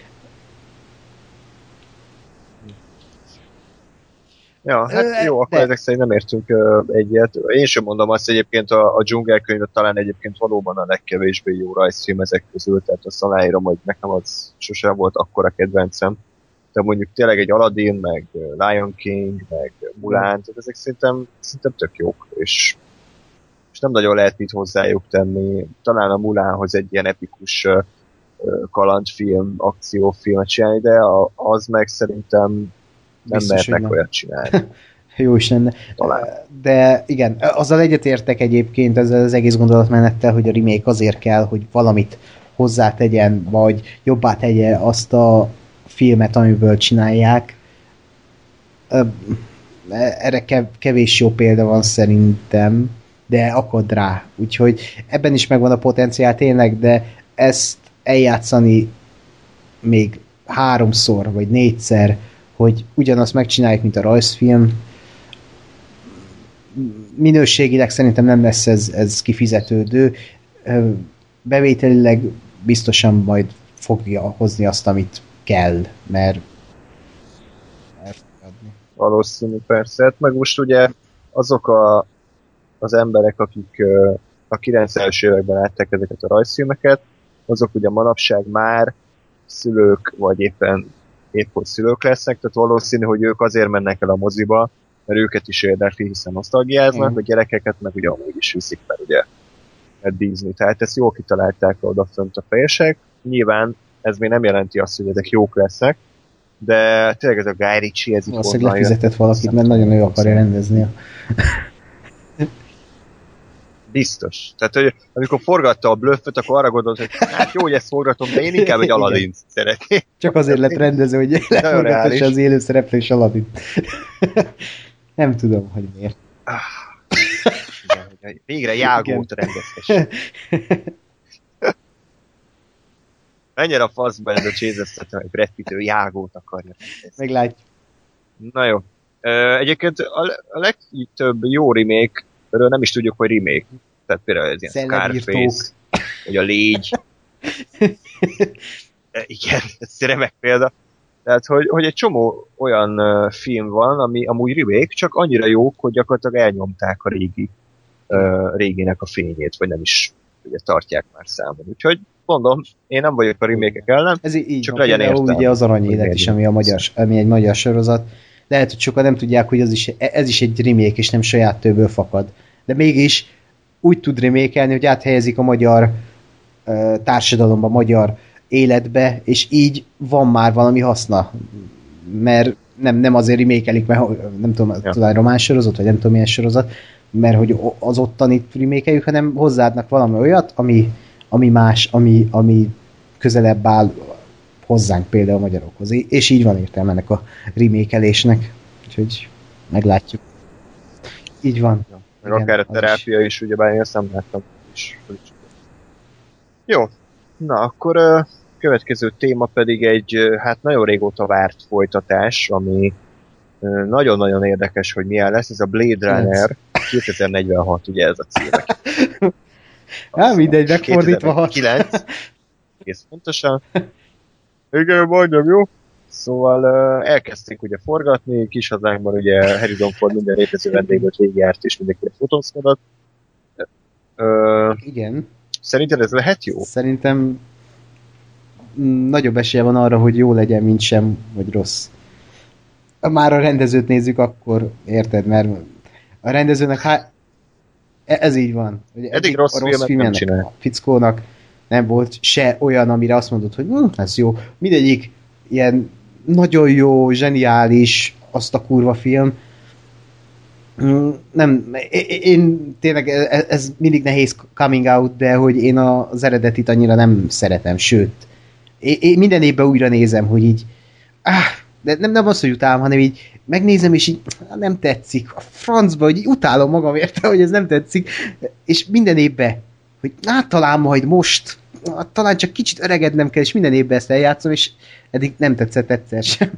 Ja, hát jó, akkor ezek szerint nem értünk egyet. Én sem mondom azt, egyébként a dzsungelkönyvet talán egyébként valóban a legkevésbé jó rajzfilm ezek közül, tehát azt aláírom, hogy nekem az sosem volt akkora kedvencem. De mondjuk tényleg egy Aladdin, meg Lion King, meg Mulan, tehát ezek szerintem tök jók, és nem nagyon lehet mit hozzájuk tenni. Talán a Mulanhoz egy ilyen epikus kalandfilm, akciófilmet csinálni, de az meg szerintem nem mehetnek olyat csinálni. Jó is lenne. Talán. De igen, azzal egyetértek egyébként ezzel az egész gondolatmenettel, hogy a remake azért kell, hogy valamit hozzátegyen, vagy jobbá tegye azt a filmet, amiből csinálják. Erre kevés jó példa van szerintem. de akad rá. Úgyhogy ebben is megvan a potenciál tényleg, de ezt eljátszani még 3-szor, vagy 4-szer, hogy ugyanazt megcsináljuk, mint a rajzfilm, minőségileg szerintem nem lesz ez kifizetődő. Bevételileg biztosan majd fogja hozni azt, amit kell, mert valószínű persze. Hát meg most ugye azok az emberek, akik a 90-es években látták ezeket a rajzfilmeket, azok ugye manapság már szülők, vagy épp hogy szülők lesznek, tehát valószínű, hogy ők azért mennek el a moziba, mert őket is érdekli, hiszen nosztalgiáznak, a gyerekeket meg ugye amúgy is viszik, mert ugye Disney. Tehát ezt jól kitalálták odafönt a fejesek. Nyilván ez még nem jelenti azt, hogy ezek jók lesznek, de tényleg ez a Guy Ritchie, ez itt valószínűleg lefizetett valakit, mert nagyon ő akarja rendezni. Biztos. Tehát, hogy amikor forgatta a Bluffot, akkor arra gondolt, hogy hát jó, hogy ezt forgatom, de én inkább egy Aladdin szeretnék. Csak azért lett rendező, hogy leforgatassa az élő szereplős Aladdin. Nem tudom, hogy miért. Igen, végre Jágót rendezhesse. Mennyire a faszba ez a csézeztető, hogy Brad Pitt, ő Jágót akarja rendezni. Meglátjuk. Na jó. Egyébként a legtöbb jó remake-ről nem is tudjuk, hogy remake. Tehát például ez ilyen Scarface, vagy a Légy. Igen, ez remek példa. Tehát, hogy egy csomó olyan film van, ami amúgy remake, csak annyira jók, hogy gyakorlatilag elnyomták a réginek a fényét, vagy nem is ugye, tartják már számon. Úgyhogy mondom, én nem vagyok a remake-ek ellen, ez így csak legyen értelme. Ugye az Aranyélet is, ami egy magyar sorozat. Lehet, hogy sokan nem tudják, hogy ez is egy remake, és nem saját tőből fakad. De mégis úgy tud remake-elni, hogy áthelyezik a magyar társadalomba, magyar életbe, és így van már valami haszna. Mert nem azért remake-elik, mert nem tudom, talán román sorozat, vagy nem tudom milyen sorozat, mert hogy az ottanit remake-eljük, hanem hozzáadnak valami olyat, ami más, ami közelebb áll hozzánk például a magyarokhoz. És így van értelme ennek a remake-elésnek. Úgyhogy meglátjuk. Így van. Ja, meg igen, akár a terápia is, ugyebár én ezt nem láttam is. Jó. Na, akkor következő téma pedig egy hát nagyon régóta várt folytatás, ami nagyon-nagyon érdekes, hogy milyen lesz. Ez a Blade Runner 2046, ugye ez a címe. Mindegy, megfordítva 9. Egész pontosan. Igen, mondjam, jó? Szóval elkezdték ugye forgatni, kis hazánkban ugye Harrison Ford minden létező vendéget végigjárt, és mindenkire fotózkodott. Igen. Szerinted ez lehet jó? Szerintem nagyobb esélye van arra, hogy jó legyen, mint sem, vagy rossz. Már a rendezőt nézzük, akkor érted, mert a rendezőnek ez így van. Eddig rossz filmet nem csinál. A fickónak nem volt se olyan, amire azt mondod, hogy ez jó. Mindegyik ilyen nagyon jó, zseniális, azt a kurva film. Nem, én tényleg ez mindig nehéz coming out, de hogy én az eredetit annyira nem szeretem, sőt, én minden évben újra nézem, hogy így de nem az, hogy utálom, hanem így megnézem, és így nem tetszik. A francba, hogy így utálom magam érte, hogy ez nem tetszik, és minden évben, hogy talán majd most, talán csak kicsit öregednem kell, és minden évben ezt eljátszom, és eddig nem tetszett egyszer sem.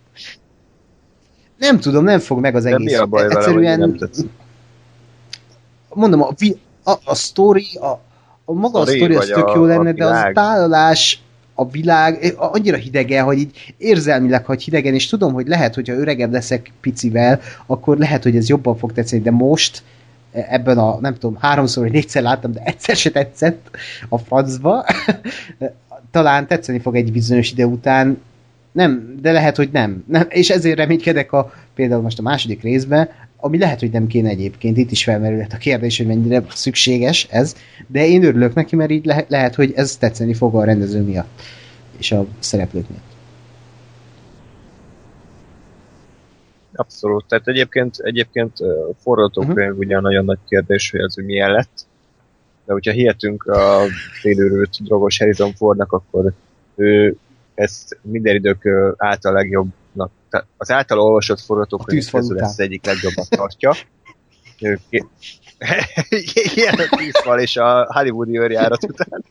Nem tudom, nem fog meg az egész. De mi a baj vele, egyszerűen, nem tetszik? Mondom, a sztori, a maga a sztori az tök jó lenne, de az tálalás, a világ annyira hidegen, hogy így érzelmileg hagy hidegen, és tudom, hogy lehet, hogyha öregebb leszek picivel, akkor lehet, hogy ez jobban fog tetszeni, de most ebben a, nem tudom, 3-szor vagy 4-szer láttam, de egyszer se tetszett a francba. Talán tetszeni fog egy bizonyos idő után, nem, de lehet, hogy nem. És ezért reménykedek például most a második részben, ami lehet, hogy nem kéne egyébként. Itt is felmerülhet a kérdés, hogy mennyire szükséges ez, de én örülök neki, mert így lehet, hogy ez tetszeni fog a rendező miatt, és a szereplők miatt. Abszolút. Tehát egyébként forgatókönyv ugye nagyon nagy kérdés, hogy az hogy milyen lett. De hogyha hihetünk a félőrült drogos Harrison Fordnak, akkor ő ezt minden idők által legjobbnak, az által olvasott forgatókönyv közül lesz egyik legjobbat tartja. Ilyen a 10 fal és a hollywoodi őrjárat után.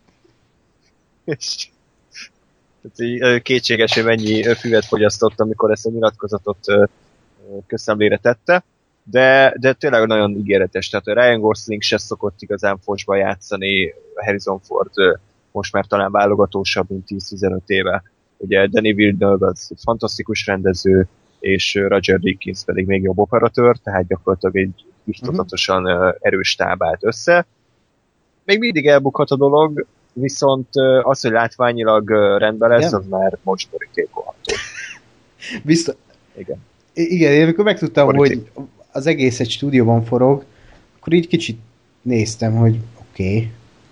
És kétséges, hogy mennyi füvet fogyasztott, amikor ezt a nyilatkozatot közszemlére tette, de tényleg nagyon ígéretes. Tehát a Ryan Gosling se szokott igazán fosba játszani, Harrison Ford most már talán válogatósabb, mint 10-15 éve. Ugye Denis Villeneuve az fantasztikus rendező, és Roger Deakins pedig még jobb operatőr, tehát gyakorlatilag egy iszonyatosan erős táb állt össze. Még mindig elbukhat a dolog, viszont az, hogy látványilag rendben lesz, az már most borítékolható. Biztos. Igen. Igen, én amikor megtudtam, hogy az egész egy stúdióban forog, akkor így kicsit néztem, hogy oké.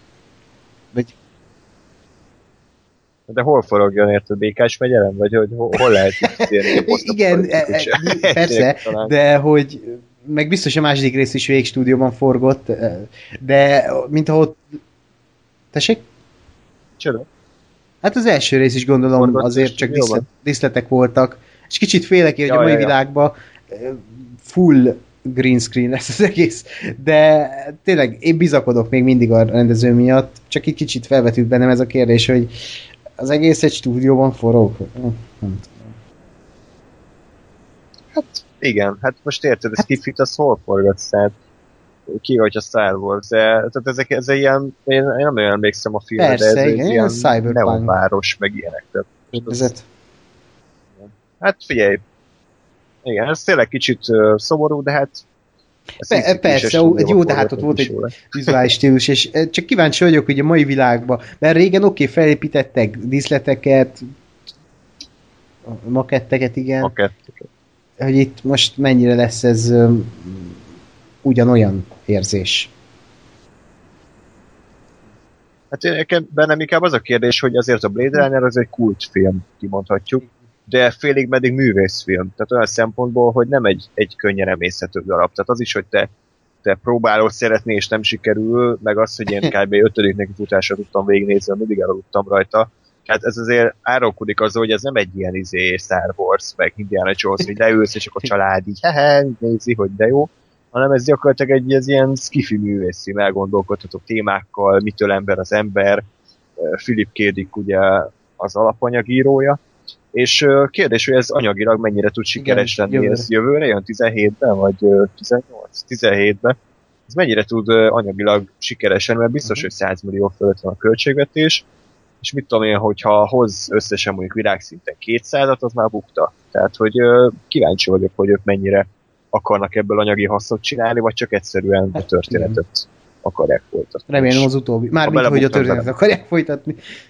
De hol forogjon, érted? Békás megyelen? Vagy hogy hol lehet igen, persze, de hogy meg biztos a második rész is végig stúdióban forgott, de mint ahogy... Tessék? Csoda. Hát az első rész is gondolom forgott, azért csak díszletek voltak, és kicsit félek, hogy a mai világban full green screen lesz az egész, de tényleg én bizakodok még mindig a rendező miatt, csak egy kicsit felvetült bennem ez a kérdés, hogy az egész egy stúdióban forog. Nem tudom. Hát igen, hát most érted, ez Skiffit az hol forgatsz, tehát ki vagy a Star Wars, de tehát ez ilyen, én nem olyan emlékszem a filmre, persze, de ez igen, ilyen neonváros, meg ilyenek. Hát figyelj, igen, ez tényleg kicsit szomorú, de hát persze, egy jó, de hát ott volt egy vizuális stílus, és csak kíváncsi vagyok, hogy a mai világban, mert régen felépítettek díszleteket, maketteket, igen. Maketteket. Hogy itt most mennyire lesz ez ugyanolyan érzés. Hát bennem inkább az a kérdés, hogy azért a Blade Runner az egy kultfilm, kimondhatjuk, de félig meddig művészfilm. Tehát olyan szempontból, hogy nem egy könnyen emészhető darab. Tehát az is, hogy te próbálod szeretni, és nem sikerül, meg az, hogy én kb. 5. nekifutásra tudtam végignézni, mindig elaludtam rajta. Hát ez azért árulkodik azzal, hogy ez nem egy ilyen Star Wars, meg Indiana Jones, hogy leülsz, és akkor család így nézi, hogy de jó, hanem ez gyakorlatilag egy ilyen skifi művészfilm, elgondolkodható témákkal, mitől ember az ember, Philip K. Dick ugye az alapanyagírója, és kérdés, hogy ez anyagilag mennyire tud sikeres lenni, ez jövőre jön 17-ben, vagy 17-ben, ez mennyire tud anyagilag sikeres lenni, mert biztos, hogy 100 millió fölött van a költségvetés, és mit tudom én, hogyha hoz összesen mondjuk világszinten 200-at, az már bukta. Tehát, hogy kíváncsi vagyok, hogy ők mennyire akarnak ebből anyagi hasznot csinálni, vagy csak egyszerűen a történetet akarják folytatni. Remélem az utóbbi. Mármint, hogy a történetet akarják folytatni.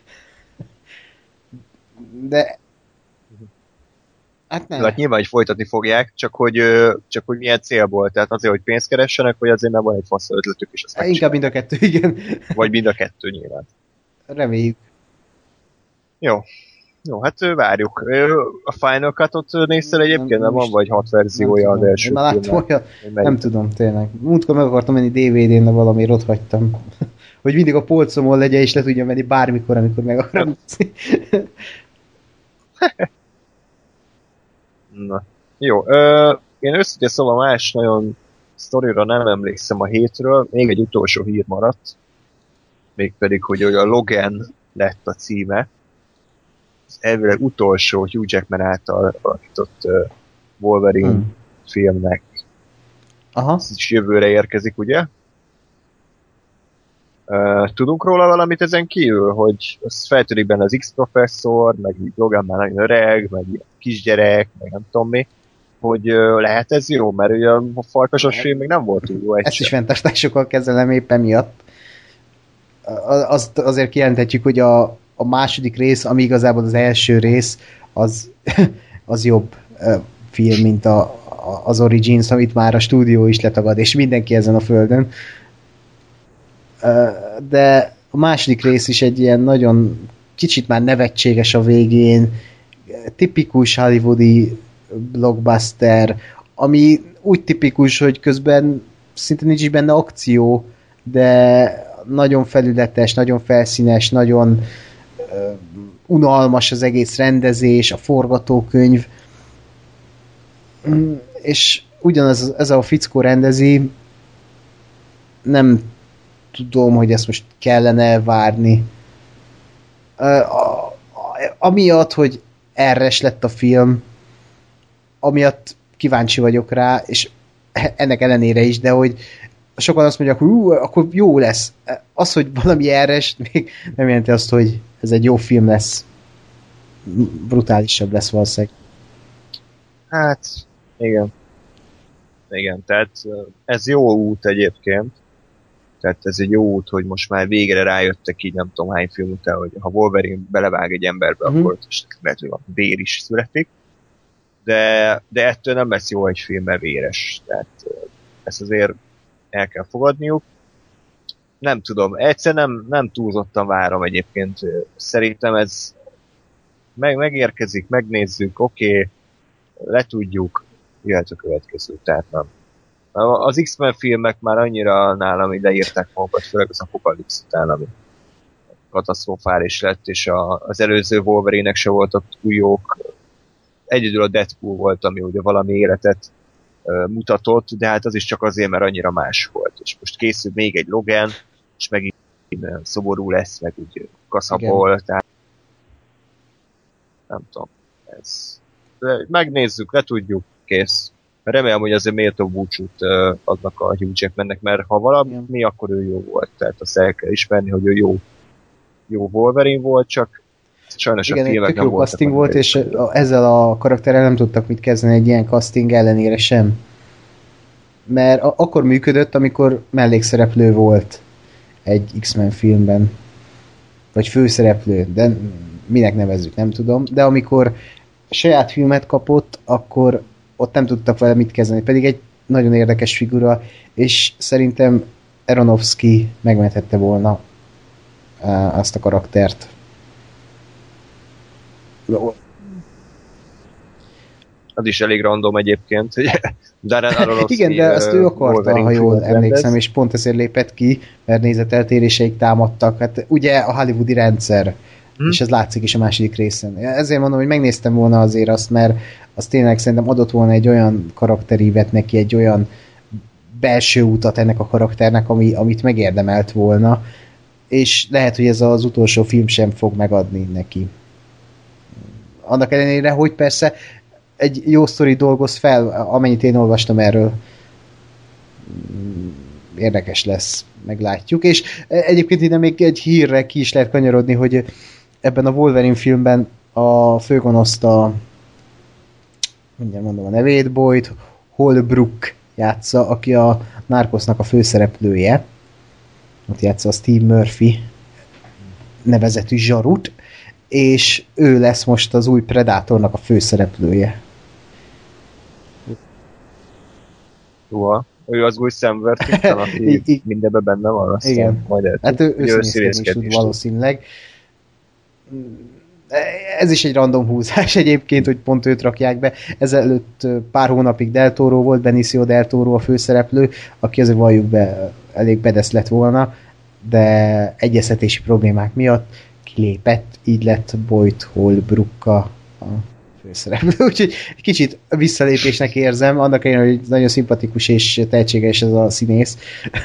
De... Hát nem. Hát nyilván, hogy folytatni fogják, csak hogy milyen célból. Tehát azért, hogy pénzt keressenek, vagy azért, mert van egy fasz ötletük is. Inkább mind a kettő, igen. Vagy mind a kettő nyilván. Reméljük. Jó, hát várjuk. A Final Cut-ot néztél egyébként? Nem van, vagy 6 verziója az első filmnek? Nem tudom, tényleg. Múltkor meg akartam menni DVD-n, de valamiért ott hagytam. Hogy mindig a polcomon legyen, és le tudjam menni bármikor, amikor meg akarom. Na. Jó. Én őszintén szóval más nagyon sztorira nem emlékszem a hétről. Még egy utolsó hír maradt. Mégpedig, hogy a Logan lett a címe. Az elvileg utolsó Hugh Jackman által alakított Wolverine filmnek. Aha. Ez is jövőre érkezik, ugye? Tudunk róla valamit ezen kívül, hogy az feltűnik benne az X-professzor, meg Logan már nagyon öreg, meg kisgyerek, meg nem tudom mi, hogy lehet ez jó, mert ugye a farkasos film még nem volt túl jó egyszer. Ezt is fenntartásokkal kezelem éppen miatt. Azt azért kijelenthetjük, hogy a második rész, ami igazából az első rész, az jobb film, mint az Origins, amit már a stúdió is letagad, és mindenki ezen a földön. De a második rész is egy ilyen nagyon kicsit már nevetséges a végén, tipikus hollywoodi blockbuster, ami úgy tipikus, hogy közben szinte nincs is benne akció, de nagyon felületes, nagyon felszínes, nagyon unalmas az egész rendezés, a forgatókönyv, és ugyanaz ez a fickó rendezi, nem tudom, hogy ezt most kellene várni. Amiatt, hogy erres lett a film, amiatt kíváncsi vagyok rá, és ennek ellenére is, de hogy sokan azt mondják, hogy akkor jó lesz. Az, hogy valami erres, még nem jelenti azt, hogy ez egy jó film lesz. Brutálisabb lesz valószínűleg. Hát, igen. Igen, tehát ez jó út egyébként. Tehát ez egy jó út, hogy most már végre rájöttek így nem tudom hány film után, hogy ha Wolverine belevág egy emberbe, akkor lehet, hogy a vér is születik. De ettől nem lesz jó egy filmben véres. Tehát ezt azért el kell fogadniuk. Nem tudom, egyszer nem túlzottan várom egyébként. Szerintem ez megérkezik, megnézzük, oké, letudjuk, jöhet a következő, tehát nem. Az X-Men filmek már annyira nálam ide írták magukat, főleg az Apocalypse után, ami katasztrofális lett, és az előző Wolverine-nek se voltak túl jók. Egyedül a Deadpool volt, ami ugye valami életet mutatott, de hát az is csak azért, mert annyira más volt. És most készül még egy Logan, és megint szoború lesz, meg úgy kaszabol, tehát nem tudom. De megnézzük, letudjuk, kész. Remélem, hogy azért méltó búcsút adnak a Hugh Jackmannek, mert ha valami, akkor ő jó volt. Tehát azt el kell ismerni, hogy ő jó Wolverine volt, csak sajnos igen, a filmek nem jó voltak. casting volt, és ezzel a karakterrel nem tudtak mit kezdeni egy ilyen casting ellenére sem. Mert akkor működött, amikor mellékszereplő volt egy X-Men filmben. Vagy főszereplő, de minek nevezzük, nem tudom. De amikor saját filmet kapott, akkor ott nem tudtak vele mit kezdeni. Pedig egy nagyon érdekes figura, és szerintem Aronofsky megmenthette volna azt a karaktert. Az is elég random egyébként, hogy Darren Aronofsky. Igen, de ezt ő akarta, ha jól emlékszem, és pont ezért lépett ki, mert nézeteltéréseik támadtak. Hát ugye a hollywoodi rendszer, és ez látszik is a második részen. Ezért mondom, hogy megnéztem volna azért azt, mert az tényleg szerintem adott volna egy olyan karakterívet neki, egy olyan belső utat ennek a karakternek, amit megérdemelt volna, és lehet, hogy ez az utolsó film sem fog megadni neki. Annak ellenére, hogy persze egy jó sztori dolgoz fel, amennyit én olvastam erről. Érdekes lesz, meglátjuk. És egyébként ide még egy hírre ki is lehet kanyarodni, hogy ebben a Wolverine filmben a főgonoszt mindjárt mondom a nevét, Boyd Holbrook játsza, aki a Narcosnak a főszereplője. Ott játsza a Steve Murphy nevezetű zsarut, és ő lesz most az új Predatornak a főszereplője. Jó, ő az új Sam Worthington, aki mindenben benne van, aztán igen. Majd hát ő színészkedni is tud valószínűleg. Ez is egy random húzás egyébként, hogy pont őt rakják be. Ezelőtt pár hónapig Del Toro volt, Benicio Del Toro a főszereplő, aki azért valljuk be elég bedesz lett volna, de egyeztetési problémák miatt kilépett, így lett Boyd Holbrook a főszereplő. Úgyhogy kicsit visszalépésnek érzem, annak ellenére, hogy nagyon szimpatikus és tehetséges ez a színész.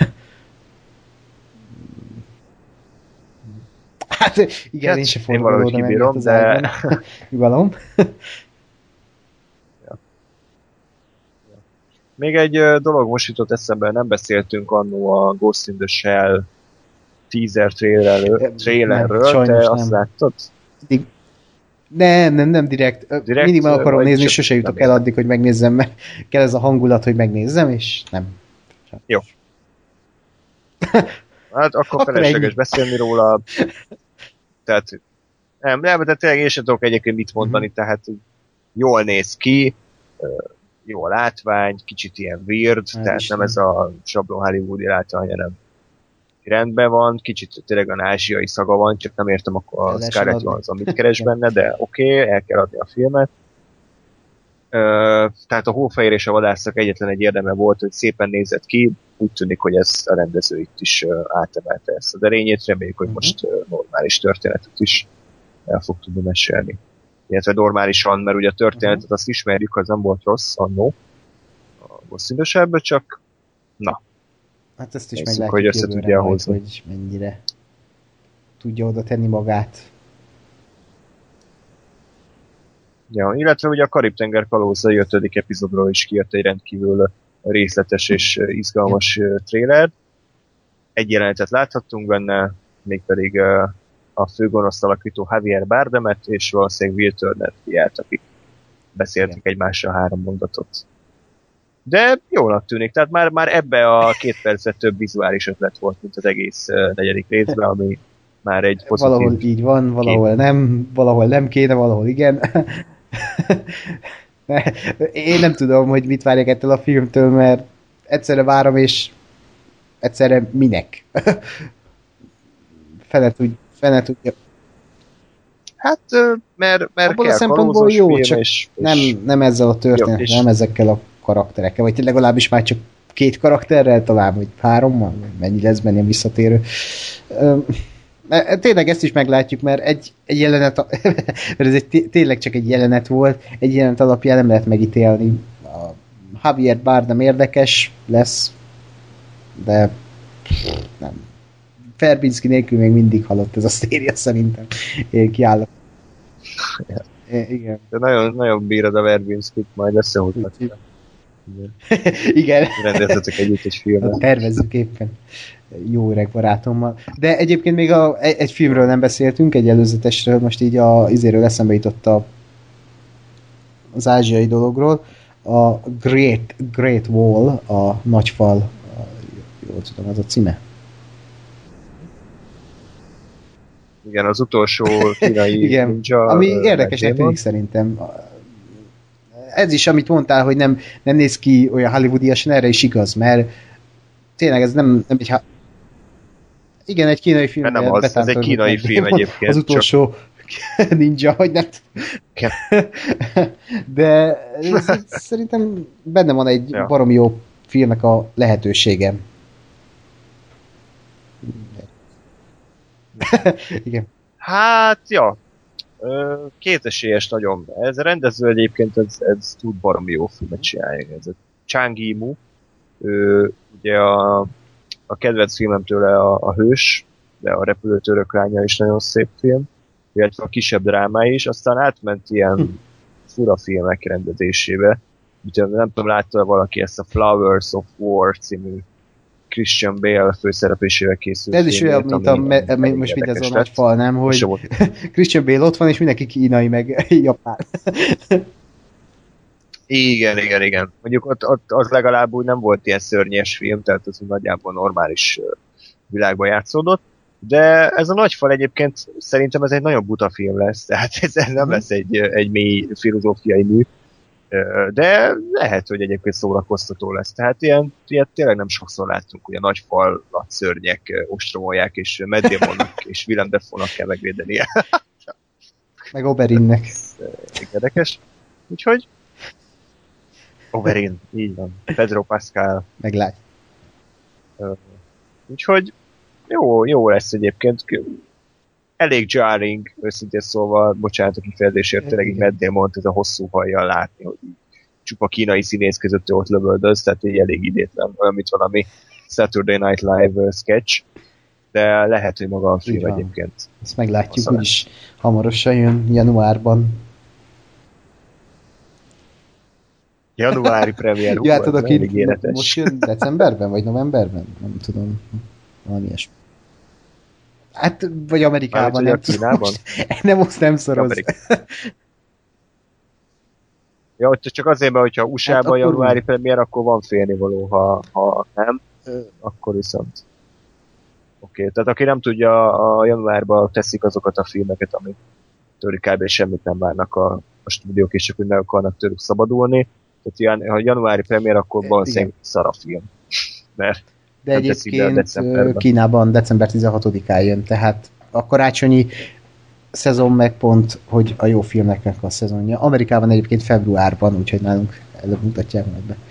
Hát igen, hát, én sem fordulom oda kibírom, de... Nyugalom. Ja. Még egy dolog most jutott eszembe, nem beszéltünk annó a Ghost in the Shell teaser trailerről, te azt láttad? Nem direkt mindig meg akarom nézni, és sose jutok el addig, hogy megnézzem, mert kell ez a hangulat, hogy megnézzem, és nem. Jó. Hát akkor felesleges beszélni róla. Tehát de tényleg én sem tudok egyébként mit mondani, tehát jól néz ki, jó a látvány, kicsit ilyen weird, tehát nem ez a sablon hollywoodi látvány, hanem rendben van, kicsit tényleg a ázsiai szaga van, csak nem értem akkor a Scarlett Johansson mit keres benne, de oké, el kell adni a filmet. Tehát a Hófehér és a vadászok egyetlen egy érdeme volt, hogy szépen nézett ki, úgy tűnik, hogy ez a rendező itt is átemelte ezt a derényét, reméljük, hogy most normális történetet is el fog tudni mesélni. Illetve normálisan, mert ugye a történetet azt ismerjük, az nem volt rossz annó, szempontból színesebb, csak na. Hát ezt is Nézzük, meglátjuk hogy össze jövőre tudja majd, hozni. hogy mennyire tudja oda tenni magát. Ja, illetve ugye a Karib-tenger kalózai 5. epizódról is kijött egy rendkívül részletes és izgalmas trailer. Egy jelenetet láthattunk benne, mégpedig a főgonoszt alakító Javier Bardemet és valószínűleg Will Turner fiát, akik beszéltek egymással 3 mondatot. De jónak tűnik, tehát már ebbe a 2 percet több vizuális ötlet volt, mint az egész 4. részben, ami már egy pozitív... Valahol így van, valahol nem kéne, valahol igen. Én nem tudom, hogy mit várjak ettől a filmtől, mert egyszerre várom, és egyszerre minek. Fene tudja. Hát, mert abból kell a szempontból kalózos jó, film, csak és nem ezzel a történettel, jó, nem ezekkel a karakterekkel, vagy legalábbis már csak 2 karakterrel, talán, vagy 3-mal, mennyi lesz benne visszatérő. Tényleg ezt is meglátjuk, mert egy jelenet, mert ez tényleg csak egy jelenet volt, egy jelenet alapján nem lehet megítélni. A Javier Bardem érdekes lesz, de nem. Verbinski nélkül még mindig halott ez a széria szerintem. Én kiállok. Igen. De nagyon, nagyon bírod a Verbinskit, majd összehoznak. Igen. Rendezzetek együtt egy filmet. Tervezzük éppen jó öreg barátommal. De egyébként még egy filmről nem beszéltünk, egy előzetesről, most így izéről eszembe jutott az ázsiai dologról. A Great Wall, a nagy fal, jól tudom, az a címe. Igen, az utolsó kínai igen, ninja. ami érdekesnek tűnik szerintem. Ez is, amit mondtál, hogy nem néz ki olyan hollywoodiasan, erre is igaz, mert tényleg ez nem egy igen, egy kínai film. Nem az, ez egy kínai film egyébként. Az utolsó ninja, hogy nem de szerintem benne van egy baromi jó filmnek a lehetősége. Igen. Hát, ja. Kétesélyes nagyon. Ez a rendező egyébként, ez tud baromi jó filmet csinálni. Ez a Zhang Yimou. Ugye a kedvenc filmem tőle a Hős, de a Repülőtőrök lánya is nagyon szép film, illetve a kisebb drámá is, aztán átment ilyen fura filmek rendezésébe. Úgyhogy nem tudom, látta valaki ezt a Flowers of War című Christian Bale főszereplésével készült. Ez is olyan, most mint ez a nagy fal, nem? Hogy Christian Bale ott van, és mindenki kínai, meg japán. Igen. Mondjuk ott az legalább úgy nem volt ilyen szörnyes film, tehát az nagyjából normális világban játszódott. De ez a nagy fal egyébként szerintem ez egy nagyon buta film lesz, tehát ez nem lesz egy mély filozófiai mű. De lehet, hogy egyébként szórakoztató lesz. Tehát ilyen tényleg nem sokszor láttunk, hogy a nagy falat szörnyek ostromolják, és Matt Damonnak és Willem Dafoe-nak kell megvédenie. Meg Oberinnek. Érdekes. Úgyhogy Oberyn, így van. Pedro Pascal. Meglátjuk. Úgyhogy jó lesz egyébként. Elég jarring, őszintén szólva, bocsánat a kifejezésért, tényleg így Matt Damont ez a hosszú hajjal látni, hogy csupa kínai színész között ott lövöldöz, tehát így elég idétlen, olyan, mint valami Saturday Night Live sketch, de lehet, hogy maga a film egyébként. Ezt meglátjuk, úgyis hamarosan jön januárban. Januári premier. Jártad, most jön decemberben, vagy novemberben? Nem tudom. Valami ilyesmi. Hát, vagy Amerikában, nem tudom. Most nem szoroz. Ja, hogy csak azért, mert hogyha USA-ban hát januári premier, akkor van félnivaló, ha nem, akkor viszont. Oké, tehát aki nem tudja, a januárban teszik azokat a filmeket, amik tőlük kb. Semmit nem várnak a stúdiók, és csak úgy meg akarnak tőlük szabadulni. Tehát ha januári premier, akkor valószínűleg szar a film. Mert de egyébként Kínában december 16-án jön, tehát a karácsonyi szezon meg pont, hogy a jó filmeknek a szezonja. Amerikában egyébként februárban, úgyhogy nálunk előbb mutatják meg be.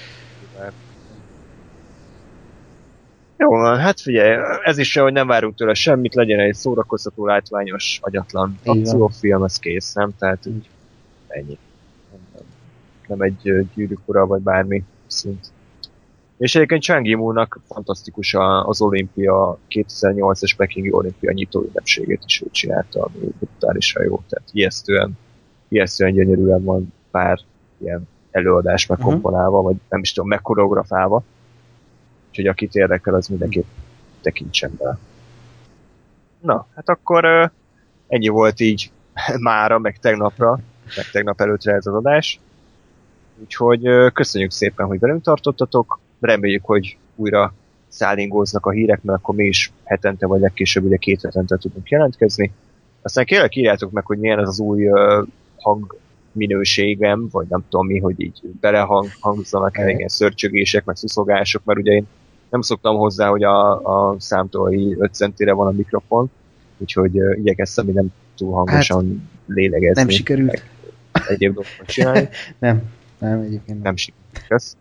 Jó, hát figyelj, ez is hogy nem várunk tőle semmit, legyen egy szórakoztató, látványos, agyatlan akciófilm, ez kész, nem? Tehát így ennyi. Nem egy Gyűrűk ura, vagy bármi. szint. És egyébként Zhang Yimou-nak fantasztikus az olimpia, 2008-es pekingi olimpia nyitó ünnepségét is ő csinálta, ami brutálisan jó. Tehát ijesztően gyönyörűen van pár ilyen előadás megkomponálva, vagy nem is tudom, megkoreografálva. Úgyhogy akit érdekel, az mindenképp tekintsen be. Na, hát akkor ennyi volt így mára, meg tegnapra, meg tegnap előttre ez az adás. Úgyhogy köszönjük szépen, hogy velünk tartottatok. Reméljük, hogy újra szállingóznak a hírek, mert akkor mi is hetente, vagy legkésőbb ugye 2 hetente tudunk jelentkezni. Aztán kérlek írjátok meg, hogy milyen ez az új hangminőségem, vagy nem tudom mi, hogy így belehangzanak el ilyen szörcsögések, meg szuszogások, mert ugye én nem szoktam hozzá, hogy a számtól 5 centire van a mikrofon, úgyhogy igyekeztem, hogy nem túl hangosan lélegezni. Nem sikerült. Egyéb dolgokat csinálni. Nem, egyébként nem sikerült. Kösz.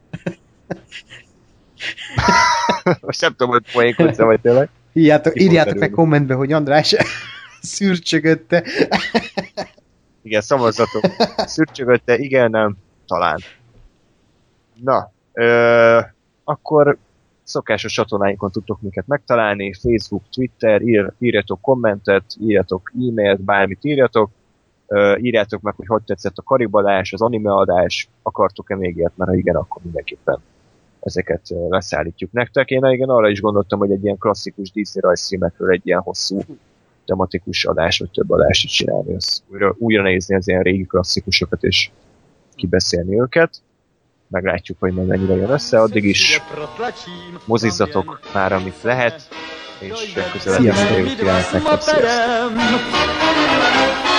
Most nem tudom, hogy poénkodsz vagy tényleg. Írjátok meg kommentbe, hogy András szürcsögötte. Igen, szavazzatok. Szürcsögötte, igen, nem, talán. Na, akkor szokásos csatornáinkon tudtok minket megtalálni, Facebook, Twitter, írjatok kommentet, írjatok e-mailt, bármit írjatok, írjátok meg, hogy tetszett a karibadás, az animeadás, akartok-e még ilyet, mert ha igen, akkor mindenképpen ezeket leszállítjuk nektek. Én igen, arra is gondoltam, hogy egy ilyen klasszikus Disney rajzfilmekről egy ilyen hosszú tematikus adás, vagy több adást csinálni, az újra nézni az ilyen régi klasszikusokat, és kibeszélni őket. Meglátjuk, hogy majd mennyire jön össze, addig is mozizzatok már, amit lehet, és legközelebb is jövőt jelentnek. Sziasztok!